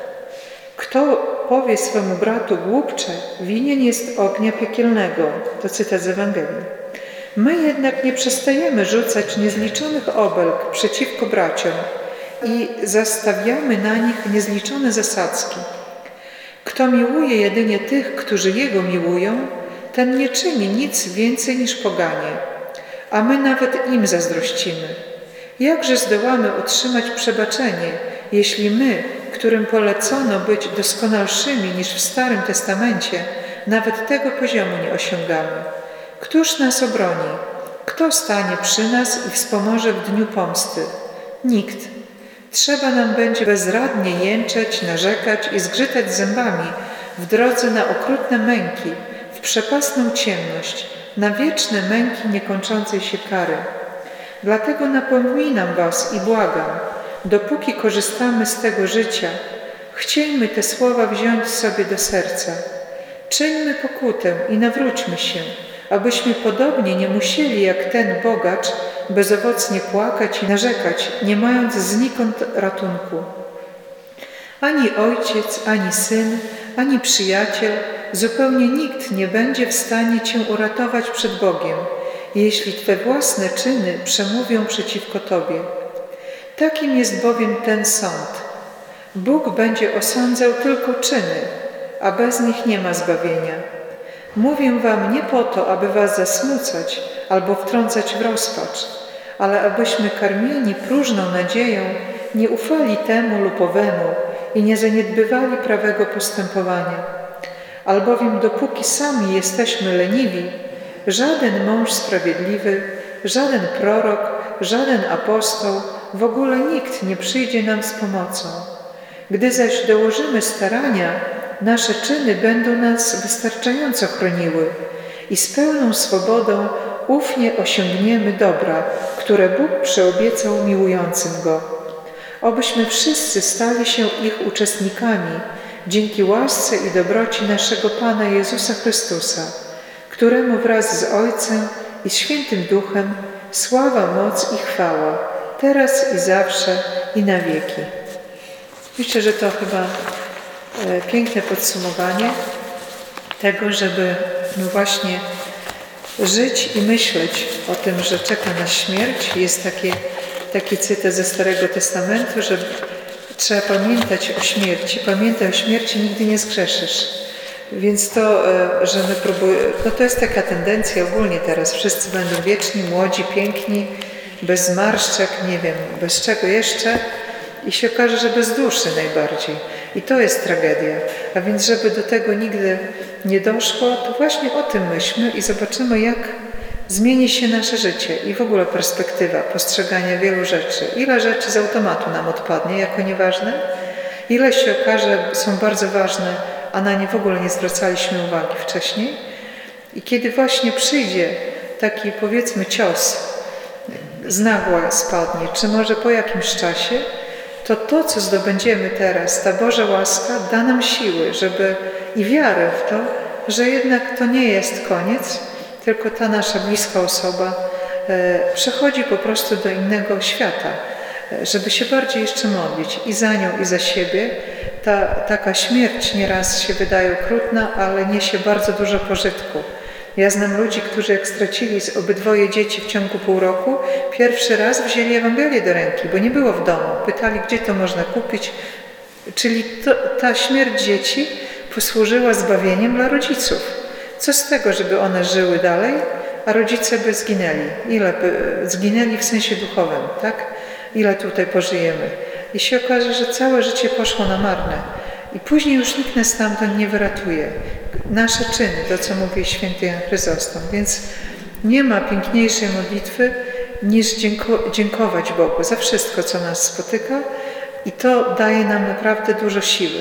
Kto powie swemu bratu: głupcze, winien jest ognia piekielnego, to cytat z Ewangelii. My jednak nie przestajemy rzucać niezliczonych obelg przeciwko braciom i zastawiamy na nich niezliczone zasadzki. Kto miłuje jedynie tych, którzy Jego miłują, ten nie czyni nic więcej niż poganie, a my nawet im zazdrościmy. Jakże zdołamy otrzymać przebaczenie, jeśli my, którym polecono być doskonalszymi niż w Starym Testamencie, nawet tego poziomu nie osiągamy? Któż nas obroni? Kto stanie przy nas i wspomoże w dniu pomsty? Nikt. Trzeba nam będzie bezradnie jęczeć, narzekać i zgrzytać zębami w drodze na okrutne męki, w przepastną ciemność, na wieczne męki niekończącej się kary. Dlatego napominam was i błagam, dopóki korzystamy z tego życia, chciejmy te słowa wziąć sobie do serca. Czyńmy pokutę i nawróćmy się, abyśmy podobnie nie musieli jak ten bogacz bezowocnie płakać i narzekać, nie mając znikąd ratunku. Ani ojciec, ani syn, ani przyjaciel, zupełnie nikt nie będzie w stanie cię uratować przed Bogiem, jeśli twe własne czyny przemówią przeciwko tobie. Takim jest bowiem ten sąd. Bóg będzie osądzał tylko czyny, a bez nich nie ma zbawienia. Mówię wam nie po to, aby was zasmucać albo wtrącać w rozpacz, ale abyśmy karmieni próżną nadzieją nie ufali temu lub owemu i nie zaniedbywali prawego postępowania. Albowiem dopóki sami jesteśmy leniwi, żaden mąż sprawiedliwy, żaden prorok, żaden apostoł, w ogóle nikt nie przyjdzie nam z pomocą. Gdy zaś dołożymy starania, nasze czyny będą nas wystarczająco chroniły i z pełną swobodą ufnie osiągniemy dobra, które Bóg przyobiecał miłującym Go. Obyśmy wszyscy stali się ich uczestnikami dzięki łasce i dobroci naszego Pana Jezusa Chrystusa, któremu wraz z Ojcem i Świętym Duchem sława, moc i chwała, teraz i zawsze i na wieki. Myślę, że to chyba e, piękne podsumowanie tego, żeby no właśnie żyć i myśleć o tym, że czeka nas śmierć. Jest takie, taki cytat ze Starego Testamentu, że trzeba pamiętać o śmierci. Pamiętaj o śmierci, nigdy nie zgrzeszysz. Więc to, że my próbujemy, no to jest taka tendencja ogólnie teraz. Wszyscy będą wieczni, młodzi, piękni, bez zmarszczek, nie wiem, bez czego jeszcze. I się okaże, że bez duszy najbardziej. I to jest tragedia. A więc, żeby do tego nigdy nie doszło, to właśnie o tym myślmy i zobaczymy, jak zmieni się nasze życie i w ogóle perspektywa postrzegania wielu rzeczy. Ile rzeczy z automatu nam odpadnie jako nieważne, ile się okaże, są bardzo ważne, a na nie w ogóle nie zwracaliśmy uwagi wcześniej. I kiedy właśnie przyjdzie taki, powiedzmy, cios, z nagła spadnie, czy może po jakimś czasie, to to, co zdobędziemy teraz, ta Boża łaska da nam siły, żeby i wiarę w to, że jednak to nie jest koniec, tylko ta nasza bliska osoba e, przechodzi po prostu do innego świata, e, żeby się bardziej jeszcze modlić i za nią, i za siebie. Ta taka śmierć nieraz się wydaje okrutna, ale niesie bardzo dużo pożytku. Ja znam ludzi, którzy jak stracili obydwoje dzieci w ciągu pół roku, pierwszy raz wzięli Ewangelię do ręki, bo nie było w domu. Pytali, gdzie to można kupić. Czyli to, ta śmierć dzieci posłużyła zbawieniem dla rodziców. Co z tego, żeby one żyły dalej, a rodzice by zginęli? Ile by zginęli w sensie duchowym, tak? Ile tutaj pożyjemy? I się okaże, że całe życie poszło na marne. I później już nikt nas stamtąd nie wyratuje. Nasze czyny, to co mówi święty Jan Chryzostom. Więc nie ma piękniejszej modlitwy niż dzięko- dziękować Bogu za wszystko, co nas spotyka, i to daje nam naprawdę dużo siły,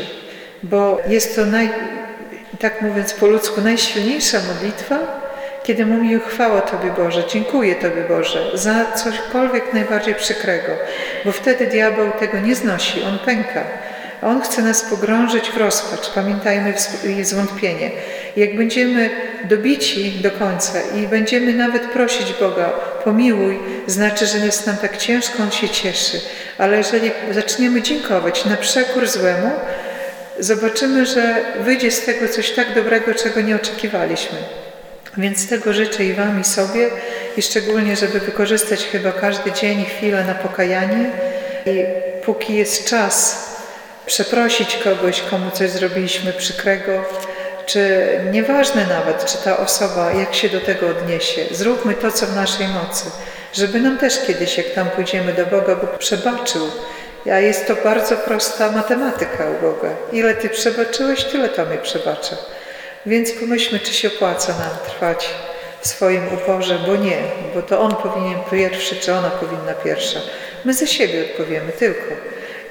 bo jest to, naj, tak mówiąc po ludzku, najsilniejsza modlitwa, kiedy mówimy: chwała Tobie Boże, dziękuję Tobie Boże za cośkolwiek najbardziej przykrego, bo wtedy diabeł tego nie znosi, on pęka. A on chce nas pogrążyć w rozpacz. Pamiętajmy zwątpienie. Jak będziemy dobici do końca i będziemy nawet prosić Boga, pomiłuj, znaczy, że jest nam tak ciężko, On się cieszy. Ale jeżeli zaczniemy dziękować na przekór złemu, zobaczymy, że wyjdzie z tego coś tak dobrego, czego nie oczekiwaliśmy. Więc tego życzę i Wam, i sobie, i szczególnie, żeby wykorzystać chyba każdy dzień i chwilę na pokajanie. I póki jest czas, przeprosić kogoś, komu coś zrobiliśmy przykrego, czy nieważne nawet, czy ta osoba, jak się do tego odniesie. Zróbmy to, co w naszej mocy, żeby nam też kiedyś, jak tam pójdziemy do Boga, Bóg przebaczył. A jest to bardzo prosta matematyka u Boga. Ile Ty przebaczyłeś, tyle to mnie przebacza. Więc pomyślmy, czy się opłaca nam trwać w swoim uporze, bo nie, bo to On powinien pierwszy, czy ona powinna pierwsza. My za siebie odpowiemy tylko.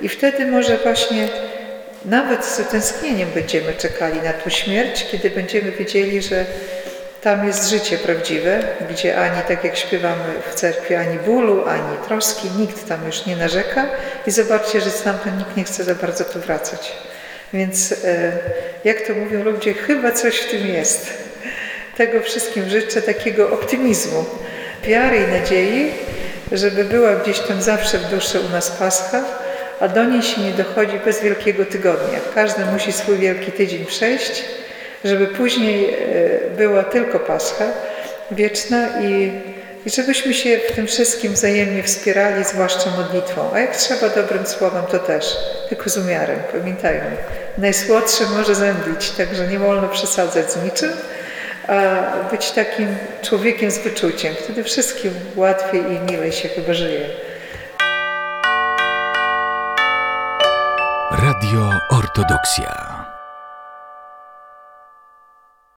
I wtedy może właśnie nawet z utęsknieniem będziemy czekali na tą śmierć, kiedy będziemy wiedzieli, że tam jest życie prawdziwe, gdzie ani, tak jak śpiewamy w cerkwi, ani bólu, ani troski, nikt tam już nie narzeka i zobaczcie, że stamtąd nikt nie chce za bardzo tu wracać. Więc e, jak to mówią ludzie, chyba coś w tym jest. Tego wszystkim życzę, takiego optymizmu, wiary i nadziei, żeby była gdzieś tam zawsze w duszy u nas Pascha, a do niej się nie dochodzi bez Wielkiego Tygodnia. Każdy musi swój Wielki Tydzień przejść, żeby później była tylko Pascha wieczna i, i żebyśmy się w tym wszystkim wzajemnie wspierali, zwłaszcza modlitwą. A jak trzeba dobrym słowem, to też, tylko z umiarem, pamiętajmy. Najsłodsze może zemdlić, także nie wolno przesadzać z niczym, a być takim człowiekiem z wyczuciem. Wtedy wszystkim łatwiej i milej się chyba żyje. Radio Ortodoksja.